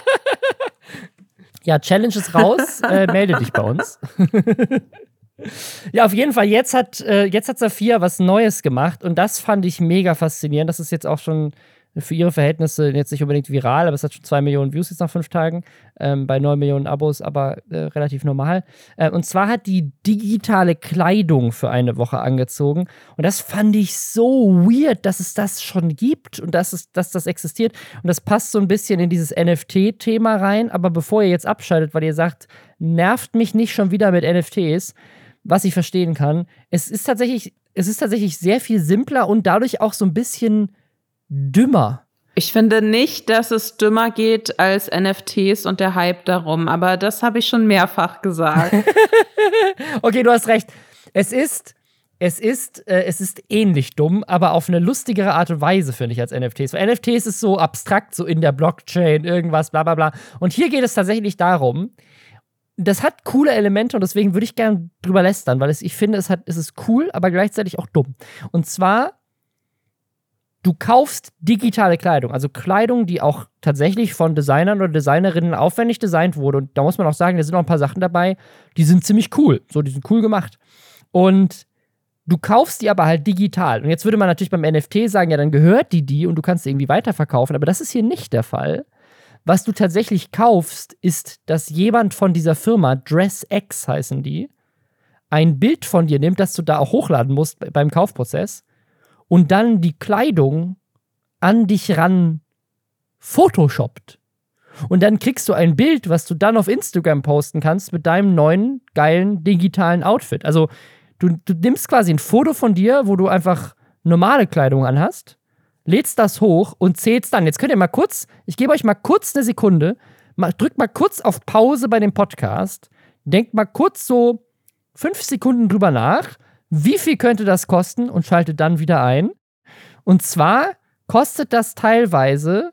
Ja, Challenge ist raus. äh, melde dich bei uns. Ja, auf jeden Fall. Jetzt hat, äh, jetzt hat Safia was Neues gemacht und das fand ich mega faszinierend. Das ist jetzt auch schon für ihre Verhältnisse jetzt nicht unbedingt viral, aber es hat schon zwei Millionen Views jetzt nach fünf Tagen, ähm, bei neun Millionen Abos, aber äh, relativ normal. Äh, und zwar hat die digitale Kleidung für eine Woche angezogen und das fand ich so weird, dass es das schon gibt und dass, es, dass das existiert. Und das passt so ein bisschen in dieses N F T-Thema rein, aber bevor ihr jetzt abschaltet, weil ihr sagt, nervt mich nicht schon wieder mit N F Ts, was ich verstehen kann, es ist tatsächlich, es ist tatsächlich sehr viel simpler und dadurch auch so ein bisschen dümmer. Ich finde nicht, dass es dümmer geht als N F Ts und der Hype darum, aber das habe ich schon mehrfach gesagt. Okay, du hast recht. Es ist, es ist, äh, es ist ähnlich dumm, aber auf eine lustigere Art und Weise, finde ich, als N F Ts. Weil N F Ts ist so abstrakt, so in der Blockchain, irgendwas, bla bla bla. Und hier geht es tatsächlich darum, das hat coole Elemente und deswegen würde ich gerne drüber lästern, weil es, ich finde, es, hat, es ist cool, aber gleichzeitig auch dumm. Und zwar du kaufst digitale Kleidung, also Kleidung, die auch tatsächlich von Designern oder Designerinnen aufwendig designt wurde. Und da muss man auch sagen, da sind noch ein paar Sachen dabei, die sind ziemlich cool. So, die sind cool gemacht. Und du kaufst die aber halt digital. Und jetzt würde man natürlich beim N F T sagen, ja, dann gehört die die und du kannst sie irgendwie weiterverkaufen. Aber das ist hier nicht der Fall. Was du tatsächlich kaufst, ist, dass jemand von dieser Firma, DressX heißen die, ein Bild von dir nimmt, das du da auch hochladen musst beim Kaufprozess und dann die Kleidung an dich ran photoshoppt. Und dann kriegst du ein Bild, was du dann auf Instagram posten kannst mit deinem neuen, geilen, digitalen Outfit. Also du, du nimmst quasi ein Foto von dir, wo du einfach normale Kleidung anhast, lädst das hoch und zählst dann. Jetzt könnt ihr mal kurz, ich gebe euch mal kurz eine Sekunde, mal, drückt mal kurz auf Pause bei dem Podcast, denkt mal kurz so fünf Sekunden drüber nach, wie viel könnte das kosten und schaltet dann wieder ein. Und zwar kostet das teilweise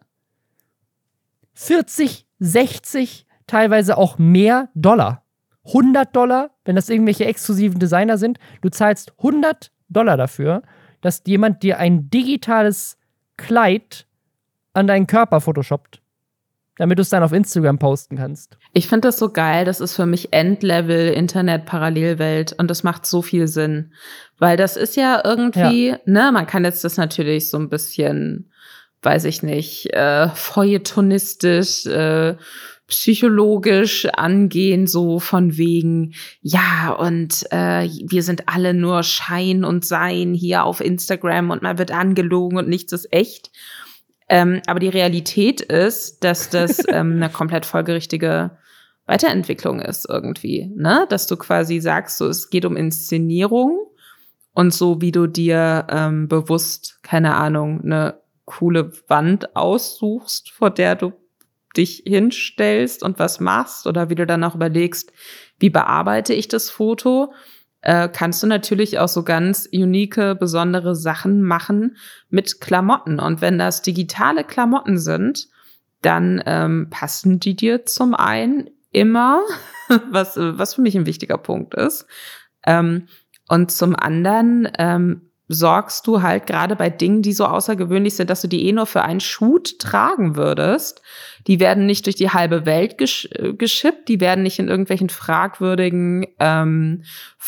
vierzig, sechzig, teilweise auch mehr Dollar. hundert Dollar, wenn das irgendwelche exklusiven Designer sind. Du zahlst hundert Dollar dafür, dass jemand dir ein digitales Kleid an deinen Körper photoshoppt, damit du es dann auf Instagram posten kannst. Ich finde das so geil, das ist für mich Endlevel Internet-Parallelwelt und das macht so viel Sinn. Weil das ist ja irgendwie, ja. ne, man kann jetzt das natürlich so ein bisschen, weiß ich nicht, äh, feuilletonistisch, äh, psychologisch angehen, so von wegen, ja, und äh, wir sind alle nur Schein und Sein hier auf Instagram und man wird angelogen und nichts ist echt. Ähm, aber die Realität ist, dass das ähm, eine komplett folgerichtige Weiterentwicklung ist irgendwie, ne? Dass du quasi sagst, so es geht um Inszenierung und so wie du dir ähm, bewusst, keine Ahnung, eine coole Wand aussuchst, vor der du dich hinstellst und was machst oder wie du dann auch überlegst, wie bearbeite ich das Foto, äh, kannst du natürlich auch so ganz unique, besondere Sachen machen mit Klamotten. Und wenn das digitale Klamotten sind, dann ähm, passen die dir zum einen immer, was, was für mich ein wichtiger Punkt ist. Ähm, und zum anderen ähm, sorgst du halt gerade bei Dingen, die so außergewöhnlich sind, dass du die eh nur für einen Shoot tragen würdest. Die werden nicht durch die halbe Welt gesch- geschippt, die werden nicht in irgendwelchen fragwürdigen ähm,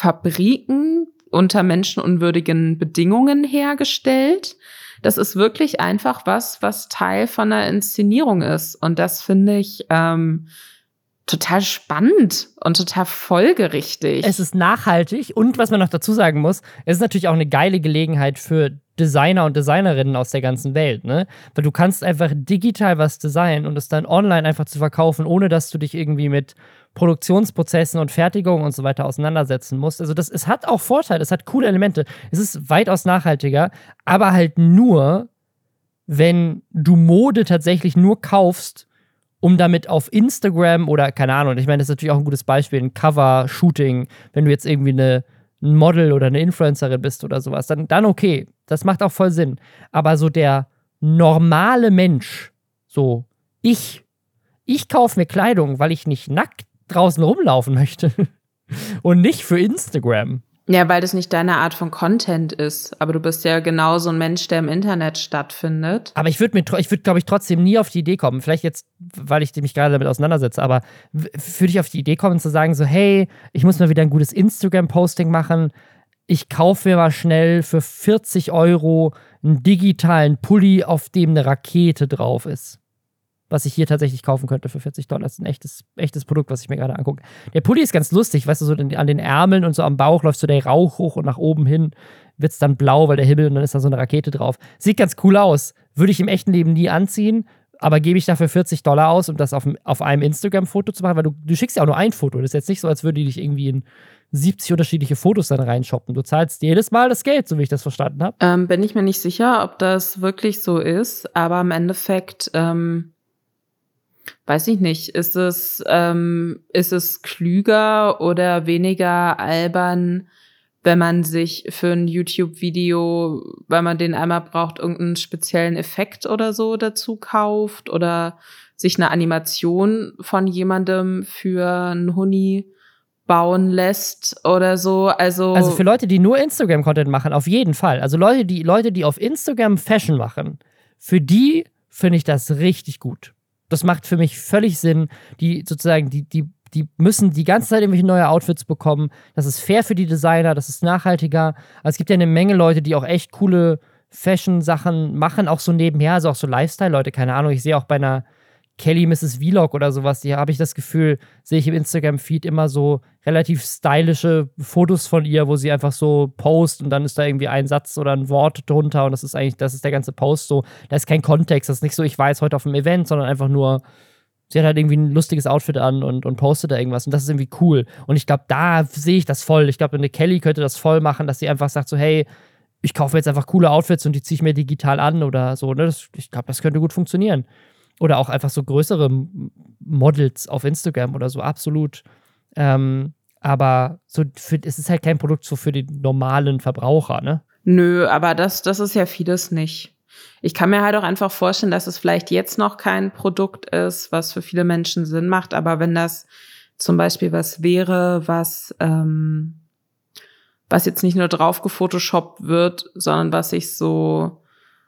Fabriken unter menschenunwürdigen Bedingungen hergestellt. Das ist wirklich einfach was, was Teil von einer Inszenierung ist. Und das finde ich ähm, total spannend und total folgerichtig. Es ist nachhaltig und was man noch dazu sagen muss, es ist natürlich auch eine geile Gelegenheit für Designer und Designerinnen aus der ganzen Welt, ne? Weil du kannst einfach digital was designen und es dann online einfach zu verkaufen, ohne dass du dich irgendwie mit Produktionsprozessen und Fertigung und so weiter auseinandersetzen musst. Also das, es hat auch Vorteile, es hat coole Elemente. Es ist weitaus nachhaltiger, aber halt nur, wenn du Mode tatsächlich nur kaufst, um damit auf Instagram oder, keine Ahnung, ich meine, das ist natürlich auch ein gutes Beispiel, ein Cover-Shooting, wenn du jetzt irgendwie eine, ein Model oder eine Influencerin bist oder sowas, dann, dann okay, das macht auch voll Sinn. Aber so der normale Mensch, so ich, ich kaufe mir Kleidung, weil ich nicht nackt draußen rumlaufen möchte und nicht für Instagram. Ja, weil das nicht deine Art von Content ist. Aber du bist ja genauso ein Mensch, der im Internet stattfindet. Aber ich würde, ich würd, glaube ich, trotzdem nie auf die Idee kommen. Vielleicht jetzt, weil ich mich gerade damit auseinandersetze. Aber würde ich auf die Idee kommen, zu sagen so, hey, ich muss mal wieder ein gutes Instagram-Posting machen. Ich kaufe mir mal schnell für vierzig Euro einen digitalen Pulli, auf dem eine Rakete drauf ist. Was ich hier tatsächlich kaufen könnte für vierzig Dollar. Das ist ein echtes, echtes Produkt, was ich mir gerade angucke. Der Pulli ist ganz lustig, weißt du, so an den Ärmeln und so am Bauch läuft so der Rauch hoch und nach oben hin wird es dann blau, weil der Himmel und dann ist da so eine Rakete drauf. Sieht ganz cool aus. Würde ich im echten Leben nie anziehen, aber gebe ich dafür vierzig Dollar aus, um das auf, auf einem Instagram-Foto zu machen, weil du, du schickst ja auch nur ein Foto. Das ist jetzt nicht so, als würde die dich irgendwie in siebzig unterschiedliche Fotos dann reinshoppen. Du zahlst jedes Mal das Geld, so wie ich das verstanden habe. Ähm, bin ich mir nicht sicher, ob das wirklich so ist, aber im Endeffekt ähm weiß ich nicht, ist es, ähm, ist es klüger oder weniger albern, wenn man sich für ein YouTube-Video, weil man den einmal braucht, irgendeinen speziellen Effekt oder so dazu kauft oder sich eine Animation von jemandem für einen Huni bauen lässt oder so. Also, also für Leute, die nur Instagram-Content machen, auf jeden Fall. Also Leute, die, Leute, die auf Instagram Fashion machen, für die finde ich das richtig gut. Das macht für mich völlig Sinn. Die sozusagen, die, die, die müssen die ganze Zeit irgendwelche neue Outfits bekommen. Das ist fair für die Designer, das ist nachhaltiger. Also es gibt ja eine Menge Leute, die auch echt coole Fashion-Sachen machen, auch so nebenher, also auch so Lifestyle-Leute, keine Ahnung. Ich sehe auch bei einer Kelly Misses Vlog oder sowas, die habe ich das Gefühl, sehe ich im Instagram-Feed immer so relativ stylische Fotos von ihr, wo sie einfach so post und dann ist da irgendwie ein Satz oder ein Wort drunter und das ist eigentlich, das ist der ganze Post so. Da ist kein Kontext, das ist nicht so, ich war jetzt heute auf einem Event, sondern einfach nur, sie hat halt irgendwie ein lustiges Outfit an und, und postet da irgendwas und das ist irgendwie cool. Und ich glaube, da sehe ich das voll. Ich glaube, eine Kelly könnte das voll machen, dass sie einfach sagt so, hey, ich kaufe jetzt einfach coole Outfits und die ziehe ich mir digital an oder so. Ne? Das, ich glaube, das könnte gut funktionieren. Oder auch einfach so größere Models auf Instagram oder so, absolut. Ähm, aber so für, es ist halt kein Produkt so für den normalen Verbraucher, ne? Nö, aber das, das ist ja vieles nicht. Ich kann mir halt auch einfach vorstellen, dass es vielleicht jetzt noch kein Produkt ist, was für viele Menschen Sinn macht, aber wenn das zum Beispiel was wäre, was ähm, was jetzt nicht nur drauf gefotoshoppt wird, sondern was sich so,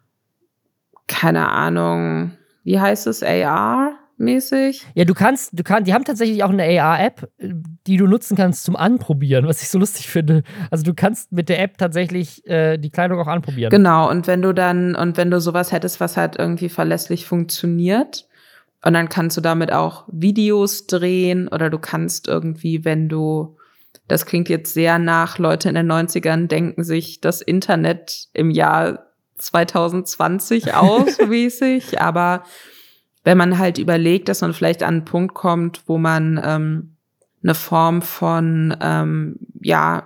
keine Ahnung, wie heißt es, A R-mäßig? Ja, du kannst, du kannst, die haben tatsächlich auch eine A R-App, die du nutzen kannst zum Anprobieren, was ich so lustig finde. Also du kannst mit der App tatsächlich äh, die Kleidung auch anprobieren. Genau, und wenn du dann, und wenn du sowas hättest, was halt irgendwie verlässlich funktioniert, und dann kannst du damit auch Videos drehen, oder du kannst irgendwie, wenn du, das klingt jetzt sehr nach, Leute in den neunzigern denken sich das Internet im Jahr zwanzig zwanzig aus, mäßig, aber wenn man halt überlegt, dass man vielleicht an einen Punkt kommt, wo man ähm, eine Form von ähm, ja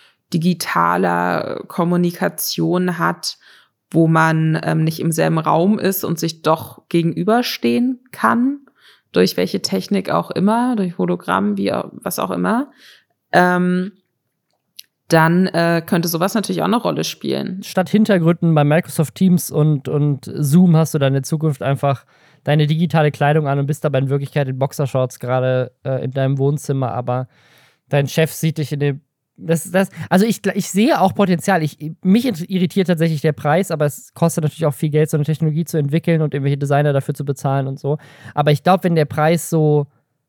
digitaler Kommunikation hat, wo man ähm, nicht im selben Raum ist und sich doch gegenüberstehen kann, durch welche Technik auch immer, durch Hologramm, wie was auch immer, ähm, dann äh, könnte sowas natürlich auch eine Rolle spielen. Statt Hintergründen bei Microsoft Teams und, und Zoom hast du dann in Zukunft einfach deine digitale Kleidung an und bist dabei in Wirklichkeit in Boxershorts gerade äh, in deinem Wohnzimmer, aber dein Chef sieht dich in dem Das, das, also ich, ich sehe auch Potenzial. Ich, mich irritiert tatsächlich der Preis, aber es kostet natürlich auch viel Geld, so eine Technologie zu entwickeln und irgendwelche Designer dafür zu bezahlen und so. Aber ich glaube, wenn der Preis so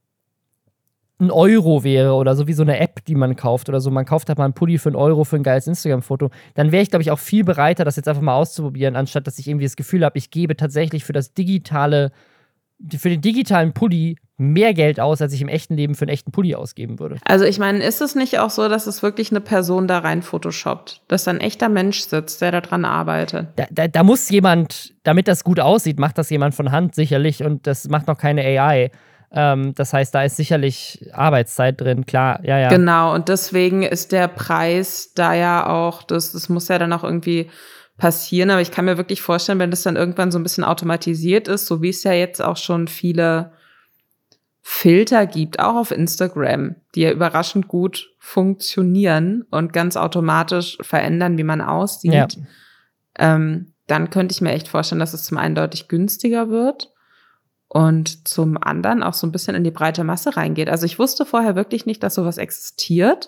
ein Euro wäre oder so wie so eine App, die man kauft oder so, man kauft halt mal einen Pulli für einen Euro für ein geiles Instagram-Foto, dann wäre ich, glaube ich, auch viel bereiter, das jetzt einfach mal auszuprobieren, anstatt dass ich irgendwie das Gefühl habe, ich gebe tatsächlich für das digitale, für den digitalen Pulli mehr Geld aus, als ich im echten Leben für einen echten Pulli ausgeben würde. Also ich meine, ist es nicht auch so, dass es wirklich eine Person da rein photoshoppt? Dass da ein echter Mensch sitzt, der daran arbeitet? Da, da, da muss jemand, damit das gut aussieht, macht das jemand von Hand sicherlich und das macht noch keine A I. Ähm, das heißt, da ist sicherlich Arbeitszeit drin, klar, ja, ja. Genau, und deswegen ist der Preis da ja auch, das, das muss ja dann auch irgendwie passieren, aber ich kann mir wirklich vorstellen, wenn das dann irgendwann so ein bisschen automatisiert ist, so wie es ja jetzt auch schon viele Filter gibt, auch auf Instagram, die ja überraschend gut funktionieren und ganz automatisch verändern, wie man aussieht, ja. ähm, dann könnte ich mir echt vorstellen, dass es zum einen deutlich günstiger wird und zum anderen auch so ein bisschen in die breite Masse reingeht. Also ich wusste vorher wirklich nicht, dass sowas existiert.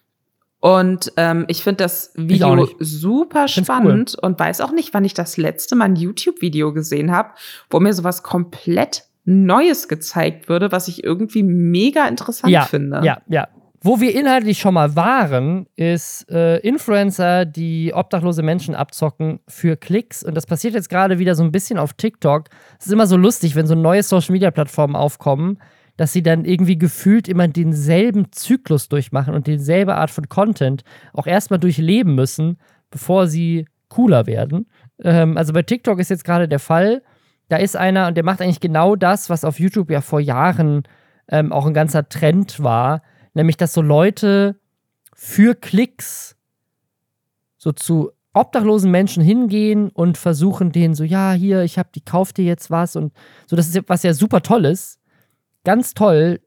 Und ähm, ich finde das Video super spannend cool. Und weiß auch nicht, wann ich das letzte Mal ein YouTube-Video gesehen habe, wo mir sowas komplett Neues gezeigt würde, was ich irgendwie mega interessant ja, finde. Ja, ja. Wo wir inhaltlich schon mal waren, ist äh, Influencer, die obdachlose Menschen abzocken für Klicks. Und das passiert jetzt gerade wieder so ein bisschen auf TikTok. Es ist immer so lustig, wenn so neue Social-Media-Plattformen aufkommen, dass sie dann irgendwie gefühlt immer denselben Zyklus durchmachen und dieselbe Art von Content auch erstmal durchleben müssen, bevor sie cooler werden. Ähm, also bei TikTok ist jetzt gerade der Fall, da ist einer und der macht eigentlich genau das, was auf YouTube ja vor Jahren ähm, auch ein ganzer Trend war, nämlich dass so Leute für Klicks so zu obdachlosen Menschen hingehen und versuchen denen so, ja, hier, ich hab die, kauf dir jetzt was und so, das ist was ja super toll ist. Ganz toll,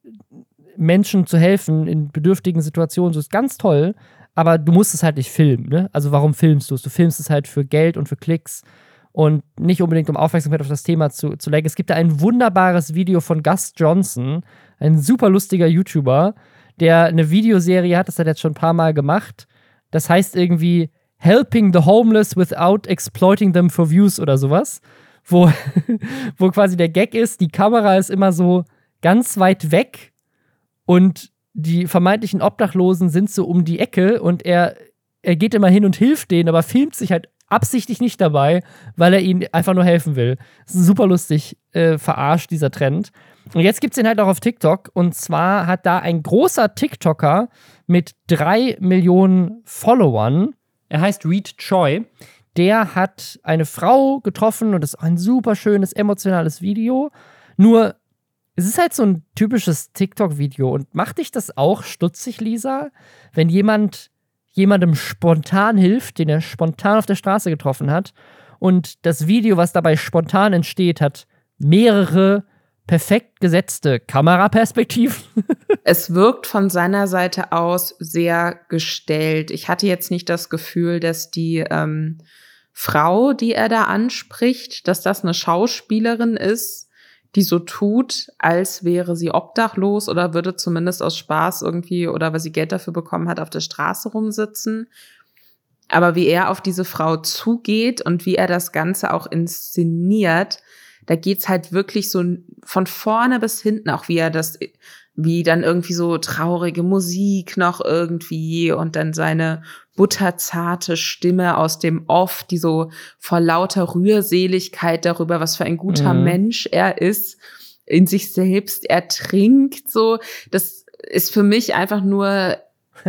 Menschen zu helfen in bedürftigen Situationen, so ist ganz toll, aber du musst es halt nicht filmen, ne? Also warum filmst du es? Du filmst es halt für Geld und für Klicks und nicht unbedingt, um Aufmerksamkeit auf das Thema zu, zu lenken. Es gibt da ein wunderbares Video von Gus Johnson, ein super lustiger YouTuber, der eine Videoserie hat, das hat er jetzt schon ein paar Mal gemacht. Das heißt irgendwie Helping the Homeless without exploiting them for views oder sowas, wo, wo quasi der Gag ist, die Kamera ist immer so ganz weit weg und die vermeintlichen Obdachlosen sind so um die Ecke und er, er geht immer hin und hilft denen, aber filmt sich halt absichtlich nicht dabei, weil er ihnen einfach nur helfen will. Das ist super lustig äh, verarscht, dieser Trend. Und jetzt gibt's den halt auch auf TikTok. Und zwar hat da ein großer TikToker mit drei Millionen Followern, er heißt Reed Choi, der hat eine Frau getroffen und das ist ein super schönes, emotionales Video. Nur, es ist halt so ein typisches TikTok-Video. Und macht dich das auch stutzig, Lisa, wenn jemand jemandem spontan hilft, den er spontan auf der Straße getroffen hat und das Video, was dabei spontan entsteht, hat mehrere perfekt gesetzte Kameraperspektiven. Es wirkt von seiner Seite aus sehr gestellt. Ich hatte jetzt nicht das Gefühl, dass die ähm, Frau, die er da anspricht, dass das eine Schauspielerin ist, die so tut, als wäre sie obdachlos oder würde zumindest aus Spaß irgendwie oder weil sie Geld dafür bekommen hat, auf der Straße rumsitzen. Aber wie er auf diese Frau zugeht und wie er das Ganze auch inszeniert, da geht's halt wirklich so von vorne bis hinten, auch wie er das, wie dann irgendwie so traurige Musik noch irgendwie und dann seine butterzarte Stimme aus dem Off, die so vor lauter Rührseligkeit darüber, was für ein guter mhm. Mensch er ist, in sich selbst ertrinkt, so. Das ist für mich einfach nur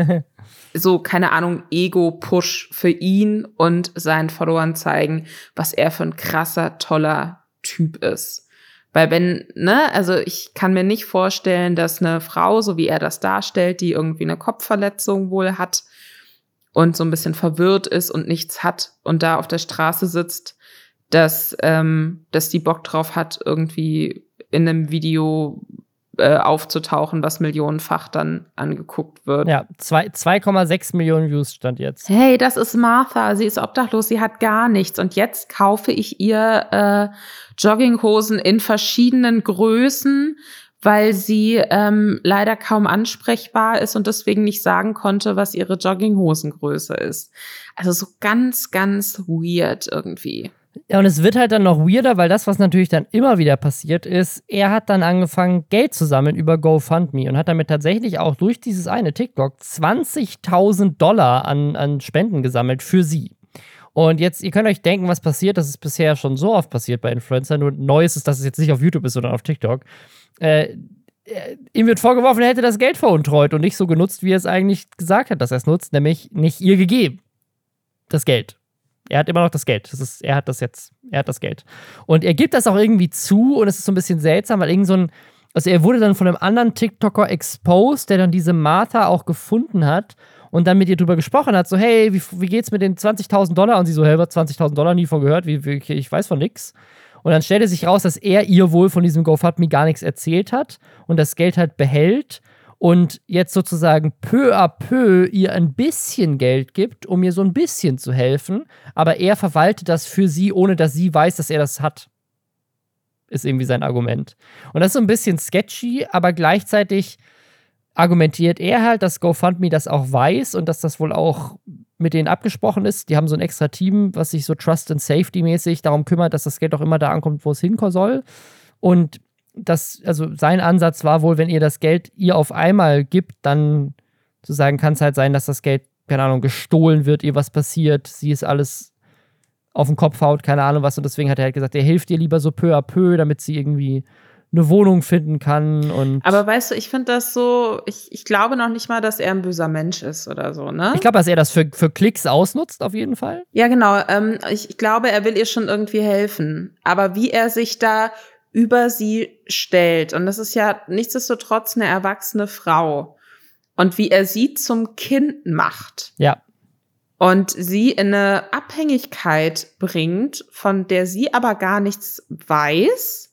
so, keine Ahnung, Ego-Push für ihn und seinen Followern zeigen, was er für ein krasser, toller Typ ist. Weil wenn, ne, also ich kann mir nicht vorstellen, dass eine Frau, so wie er das darstellt, die irgendwie eine Kopfverletzung wohl hat und so ein bisschen verwirrt ist und nichts hat und da auf der Straße sitzt, dass, ähm, dass die Bock drauf hat, irgendwie in einem Video äh, aufzutauchen, was millionenfach dann angeguckt wird. Ja, zwei Komma sechs Millionen Views stand jetzt. Hey, das ist Martha, sie ist obdachlos, sie hat gar nichts. Und jetzt kaufe ich ihr äh, Jogginghosen in verschiedenen Größen, weil sie ähm, leider kaum ansprechbar ist und deswegen nicht sagen konnte, was ihre Jogginghosengröße ist. Also so ganz, ganz weird irgendwie. Ja, und es wird halt dann noch weirder, weil das, was natürlich dann immer wieder passiert ist, er hat dann angefangen, Geld zu sammeln über GoFundMe und hat damit tatsächlich auch durch dieses eine TikTok zwanzigtausend Dollar an, an Spenden gesammelt für sie. Und jetzt, ihr könnt euch denken, was passiert. Das ist bisher schon so oft passiert bei Influencern. Nur neu ist es, dass es jetzt nicht auf YouTube ist, sondern auf TikTok. Äh, ihm wird vorgeworfen, er hätte das Geld veruntreut und nicht so genutzt, wie er es eigentlich gesagt hat, dass er es nutzt, nämlich nicht ihr gegeben. Das Geld. Er hat immer noch das Geld. Das ist, er hat das jetzt, er hat das Geld. Und er gibt das auch irgendwie zu und es ist so ein bisschen seltsam, weil irgend so ein, also er wurde dann von einem anderen TikToker exposed, der dann diese Martha auch gefunden hat und dann mit ihr drüber gesprochen hat, so, hey, wie, wie geht's mit den zwanzigtausend Dollar? Und sie so, hey, was, zwanzigtausend Dollar, nie von gehört, wie, wie, ich weiß von nix. Und dann stellte sich raus, dass er ihr wohl von diesem GoFundMe gar nichts erzählt hat und das Geld halt behält und jetzt sozusagen peu à peu ihr ein bisschen Geld gibt, um ihr so ein bisschen zu helfen, aber er verwaltet das für sie, ohne dass sie weiß, dass er das hat. Ist irgendwie sein Argument. Und das ist so ein bisschen sketchy, aber gleichzeitig argumentiert er halt, dass GoFundMe das auch weiß und dass das wohl auch mit denen abgesprochen ist. Die haben so ein extra Team, was sich so Trust and Safety mäßig darum kümmert, dass das Geld auch immer da ankommt, wo es hinkommen soll. Und das, also sein Ansatz war wohl, wenn ihr das Geld ihr auf einmal gibt, dann sozusagen kann es halt sein, dass das Geld, keine Ahnung, gestohlen wird, ihr was passiert, sie ist alles auf den Kopf haut, keine Ahnung was. Und deswegen hat er halt gesagt, er hilft ihr lieber so peu à peu, damit sie irgendwie eine Wohnung finden kann. Und aber weißt du, ich finde das so, ich, ich glaube noch nicht mal, dass er ein böser Mensch ist oder so, ne? Ich glaube, dass er das für, für Klicks ausnutzt, auf jeden Fall. Ja, genau. Ähm, ich, ich glaube, er will ihr schon irgendwie helfen. Aber wie er sich da über sie stellt. Und das ist ja nichtsdestotrotz eine erwachsene Frau. Und wie er sie zum Kind macht. Ja. Und sie in eine Abhängigkeit bringt, von der sie aber gar nichts weiß.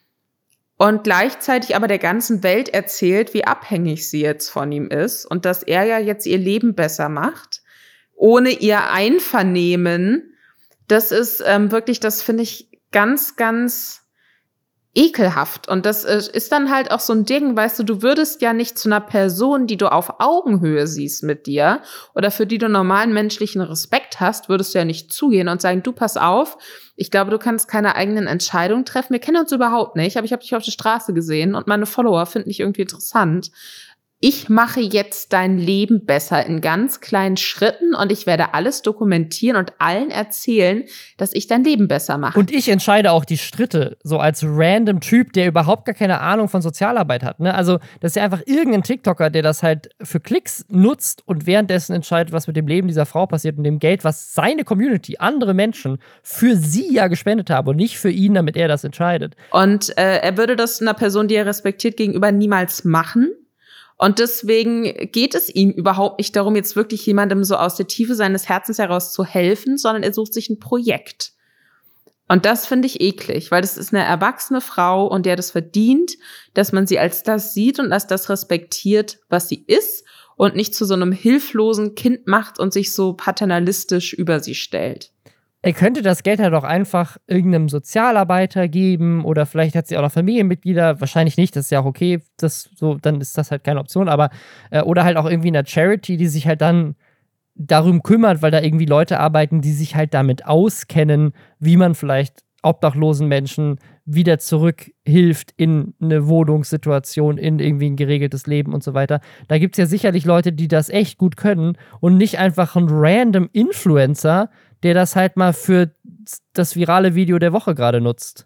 Und gleichzeitig aber der ganzen Welt erzählt, wie abhängig sie jetzt von ihm ist. Und dass er ja jetzt ihr Leben besser macht. Ohne ihr Einvernehmen. Das ist ähm, wirklich, das finde ich ganz, ganz ekelhaft. Und das ist dann halt auch so ein Ding, weißt du, du würdest ja nicht zu einer Person, die du auf Augenhöhe siehst mit dir oder für die du normalen menschlichen Respekt hast, würdest du ja nicht zugehen und sagen, du, pass auf, ich glaube, du kannst keine eigenen Entscheidungen treffen. Wir kennen uns überhaupt nicht, aber ich habe dich auf der Straße gesehen und meine Follower finden dich irgendwie interessant. Ich mache jetzt dein Leben besser in ganz kleinen Schritten und ich werde alles dokumentieren und allen erzählen, dass ich dein Leben besser mache. Und ich entscheide auch die Schritte, so als random Typ, der überhaupt gar keine Ahnung von Sozialarbeit hat. Ne? Also, das ist ja einfach irgendein TikToker, der das halt für Klicks nutzt und währenddessen entscheidet, was mit dem Leben dieser Frau passiert und dem Geld, was seine Community, andere Menschen für sie ja gespendet haben und nicht für ihn, damit er das entscheidet. Und äh, er würde das einer Person, die er respektiert, gegenüber niemals machen. Und deswegen geht es ihm überhaupt nicht darum, jetzt wirklich jemandem so aus der Tiefe seines Herzens heraus zu helfen, sondern er sucht sich ein Projekt. Und das finde ich eklig, weil das ist eine erwachsene Frau und die hat es verdient, dass man sie als das sieht und als das respektiert, was sie ist und nicht zu so einem hilflosen Kind macht und sich so paternalistisch über sie stellt. Er könnte das Geld halt auch einfach irgendeinem Sozialarbeiter geben oder vielleicht hat sie auch noch Familienmitglieder, wahrscheinlich nicht, das ist ja auch okay, das so, dann ist das halt keine Option, aber äh, oder halt auch irgendwie einer Charity, die sich halt dann darum kümmert, weil da irgendwie Leute arbeiten, die sich halt damit auskennen, wie man vielleicht obdachlosen Menschen wieder zurückhilft in eine Wohnungssituation, in irgendwie ein geregeltes Leben und so weiter. Da gibt es ja sicherlich Leute, die das echt gut können und nicht einfach ein random Influencer, der das halt mal für das virale Video der Woche gerade nutzt.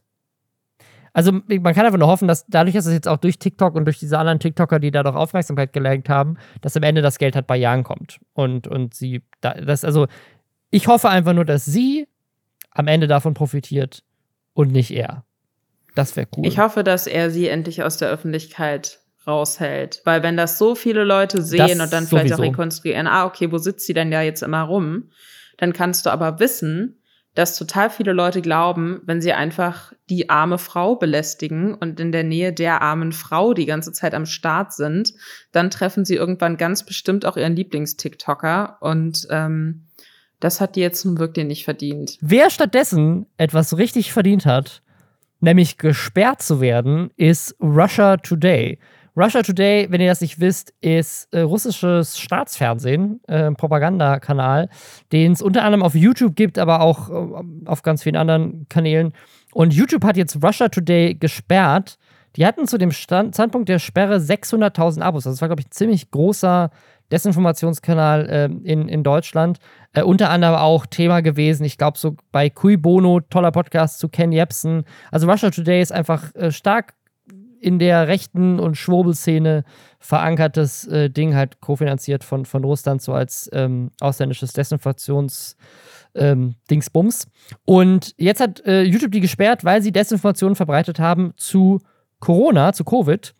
Also man kann einfach nur hoffen, dass dadurch, dass es jetzt auch durch TikTok und durch diese anderen TikToker, die da doch Aufmerksamkeit gelenkt haben, dass am Ende das Geld halt bei Yang kommt. Und, und sie, das, also ich hoffe einfach nur, dass sie am Ende davon profitiert und nicht er. Das wäre cool. Ich hoffe, dass er sie endlich aus der Öffentlichkeit raushält. Weil wenn das so viele Leute sehen das und dann vielleicht sowieso auch rekonstruieren, ah, okay, wo sitzt sie denn ja jetzt immer rum? Dann kannst du aber wissen, dass total viele Leute glauben, wenn sie einfach die arme Frau belästigen und in der Nähe der armen Frau die ganze Zeit am Start sind, dann treffen sie irgendwann ganz bestimmt auch ihren Lieblings-TikToker und ähm, das hat die jetzt nun wirklich nicht verdient. Wer stattdessen etwas richtig verdient hat, nämlich gesperrt zu werden, ist Russia Today. Russia Today, wenn ihr das nicht wisst, ist äh, russisches Staatsfernsehen, äh, Propagandakanal, den es unter anderem auf YouTube gibt, aber auch äh, auf ganz vielen anderen Kanälen. Und YouTube hat jetzt Russia Today gesperrt. Die hatten zu dem Stand Standpunkt der Sperre sechshunderttausend Abos. Also das war, glaube ich, ein ziemlich großer Desinformationskanal äh, in, in Deutschland. Äh, unter anderem auch Thema gewesen, ich glaube, so bei Cui Bono, toller Podcast zu Ken Jebsen. Also Russia Today ist einfach äh, stark in der rechten und Schwurbelszene verankertes äh, Ding, halt kofinanziert von, von Russland, so als ähm, ausländisches Desinformations- ähm, Dingsbums. Und jetzt hat äh, YouTube die gesperrt, weil sie Desinformationen verbreitet haben zu Corona, zu Covid.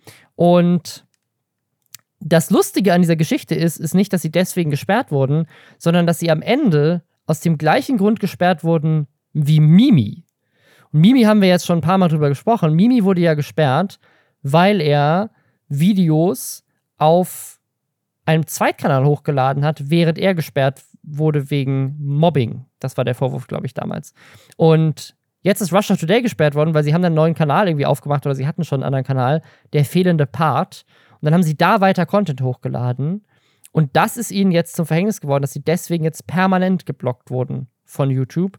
Und das Lustige an dieser Geschichte ist, ist nicht, dass sie deswegen gesperrt wurden, sondern dass sie am Ende aus dem gleichen Grund gesperrt wurden wie Mimi. Und Mimi haben wir jetzt schon ein paar Mal drüber gesprochen. Mimi wurde ja gesperrt, weil er Videos auf einem Zweitkanal hochgeladen hat, während er gesperrt wurde wegen Mobbing. Das war der Vorwurf, glaube ich, damals. Und jetzt ist Russia Today gesperrt worden, weil sie haben einen neuen Kanal irgendwie aufgemacht oder sie hatten schon einen anderen Kanal, der fehlende Part. Und dann haben sie da weiter Content hochgeladen. Und das ist ihnen jetzt zum Verhängnis geworden, dass sie deswegen jetzt permanent geblockt wurden von YouTube.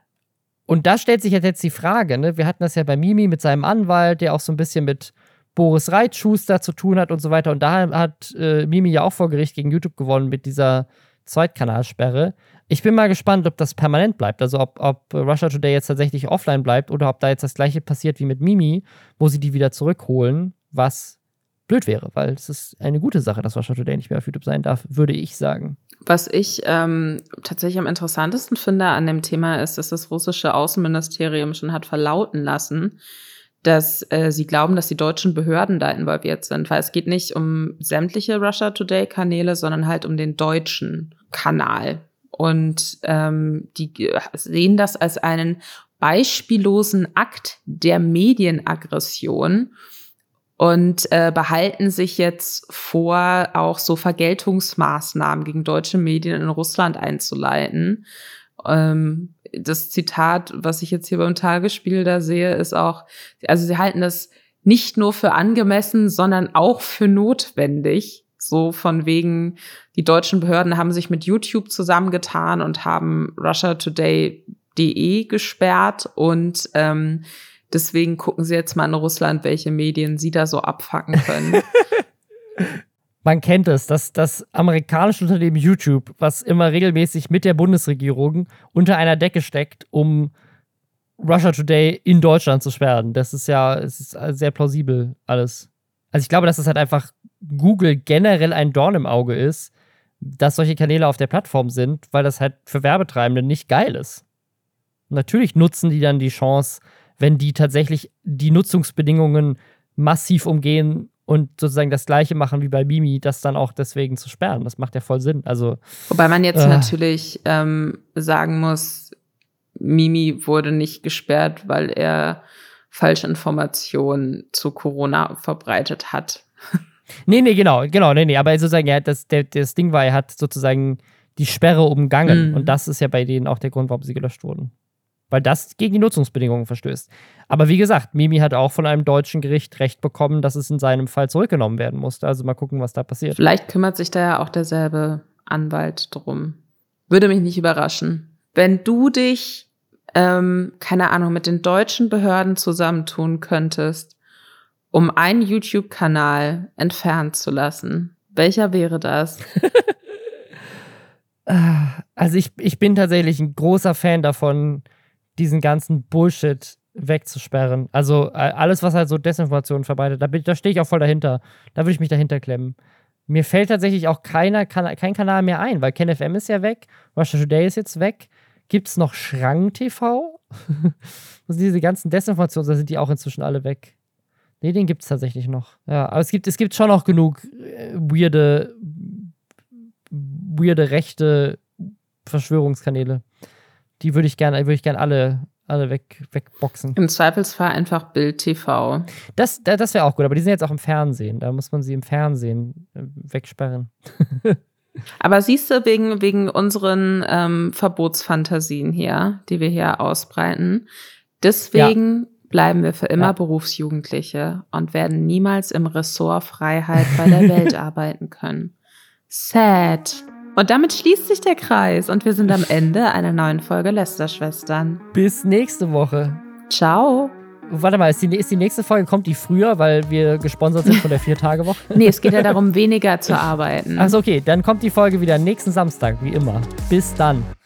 Und da stellt sich jetzt die Frage, ne? Wir hatten das ja bei Mimi mit seinem Anwalt, der auch so ein bisschen mit Boris Reitschuster zu tun hat und so weiter. Und da hat äh, Mimi ja auch vor Gericht gegen YouTube gewonnen mit dieser Zweitkanalsperre. Ich bin mal gespannt, ob das permanent bleibt. Also ob, ob Russia Today jetzt tatsächlich offline bleibt oder ob da jetzt das Gleiche passiert wie mit Mimi, wo sie die wieder zurückholen, was blöd wäre, weil es ist eine gute Sache, dass Russia Today nicht mehr auf YouTube sein darf, würde ich sagen. Was ich ähm, tatsächlich am interessantesten finde an dem Thema ist, dass das russische Außenministerium schon hat verlauten lassen, dass äh, sie glauben, dass die deutschen Behörden da involviert sind, weil es geht nicht um sämtliche Russia Today-Kanäle, sondern halt um den deutschen Kanal. Und ähm, die sehen das als einen beispiellosen Akt der Medienaggression und äh, behalten sich jetzt vor, auch so Vergeltungsmaßnahmen gegen deutsche Medien in Russland einzuleiten. Ähm, das Zitat, was ich jetzt hier beim Tagesspiegel da sehe, ist auch, also sie halten das nicht nur für angemessen, sondern auch für notwendig. So von wegen, die deutschen Behörden haben sich mit YouTube zusammengetan und haben Russia Today Punkt de gesperrt und ähm, deswegen gucken sie jetzt mal in Russland, welche Medien sie da so abfacken können. Man kennt es, dass das amerikanische Unternehmen YouTube, was immer regelmäßig mit der Bundesregierung unter einer Decke steckt, um Russia Today in Deutschland zu sperren. Das ist ja, es ist sehr plausibel alles. Also ich glaube, dass es halt einfach Google generell ein Dorn im Auge ist, dass solche Kanäle auf der Plattform sind, weil das halt für Werbetreibende nicht geil ist. Natürlich nutzen die dann die Chance, wenn die tatsächlich die Nutzungsbedingungen massiv umgehen und sozusagen das Gleiche machen wie bei Mimi, das dann auch deswegen zu sperren. Das macht ja voll Sinn. Also, wobei man jetzt äh, natürlich ähm, sagen muss, Mimi wurde nicht gesperrt, weil er falsche Informationen zu Corona verbreitet hat. Nee, nee, genau, genau, nee, nee, aber sozusagen, ja, das, der, das Ding war, er hat sozusagen die Sperre umgangen mhm. und das ist ja bei denen auch der Grund, warum sie gelöscht wurden. Weil das gegen die Nutzungsbedingungen verstößt. Aber wie gesagt, Mimi hat auch von einem deutschen Gericht Recht bekommen, dass es in seinem Fall zurückgenommen werden musste. Also mal gucken, was da passiert. Vielleicht kümmert sich da ja auch derselbe Anwalt drum. Würde mich nicht überraschen. Wenn du dich, ähm, keine Ahnung, mit den deutschen Behörden zusammentun könntest, um einen YouTube-Kanal entfernen zu lassen, welcher wäre das? Also ich, ich bin tatsächlich ein großer Fan davon, diesen ganzen Bullshit wegzusperren. Also alles, was halt so Desinformationen verbreitet, da, da stehe ich auch voll dahinter. Da würde ich mich dahinter klemmen. Mir fällt tatsächlich auch keiner, kein Kanal mehr ein, weil KenFM ist ja weg, Russia Today ist jetzt weg. Gibt es noch Schrank T V? Also diese ganzen Desinformationen, da sind die auch inzwischen alle weg. Nee, den gibt es tatsächlich noch. Ja, aber es gibt, es gibt schon noch genug äh, weirde, weirde rechte Verschwörungskanäle. Die würde ich gerne, würde ich gerne alle, alle weg, wegboxen. Im Zweifelsfall einfach Bild T V. Das, das wäre auch gut, aber die sind jetzt auch im Fernsehen. Da muss man sie im Fernsehen wegsperren. Aber siehst du, wegen, wegen unseren ähm, Verbotsfantasien hier, die wir hier ausbreiten, deswegen ja. bleiben wir für immer ja. Berufsjugendliche und werden niemals im Ressort Freiheit bei der Welt arbeiten können. Sad. Und damit schließt sich der Kreis und wir sind am Ende einer neuen Folge Lästerschwestern. Bis nächste Woche. Ciao. Warte mal, ist die, ist die nächste Folge, kommt die früher, weil wir gesponsert sind von der Vier-Tage-Woche? Nee, es geht ja darum, weniger zu arbeiten. Achso, okay, dann kommt die Folge wieder nächsten Samstag, wie immer. Bis dann.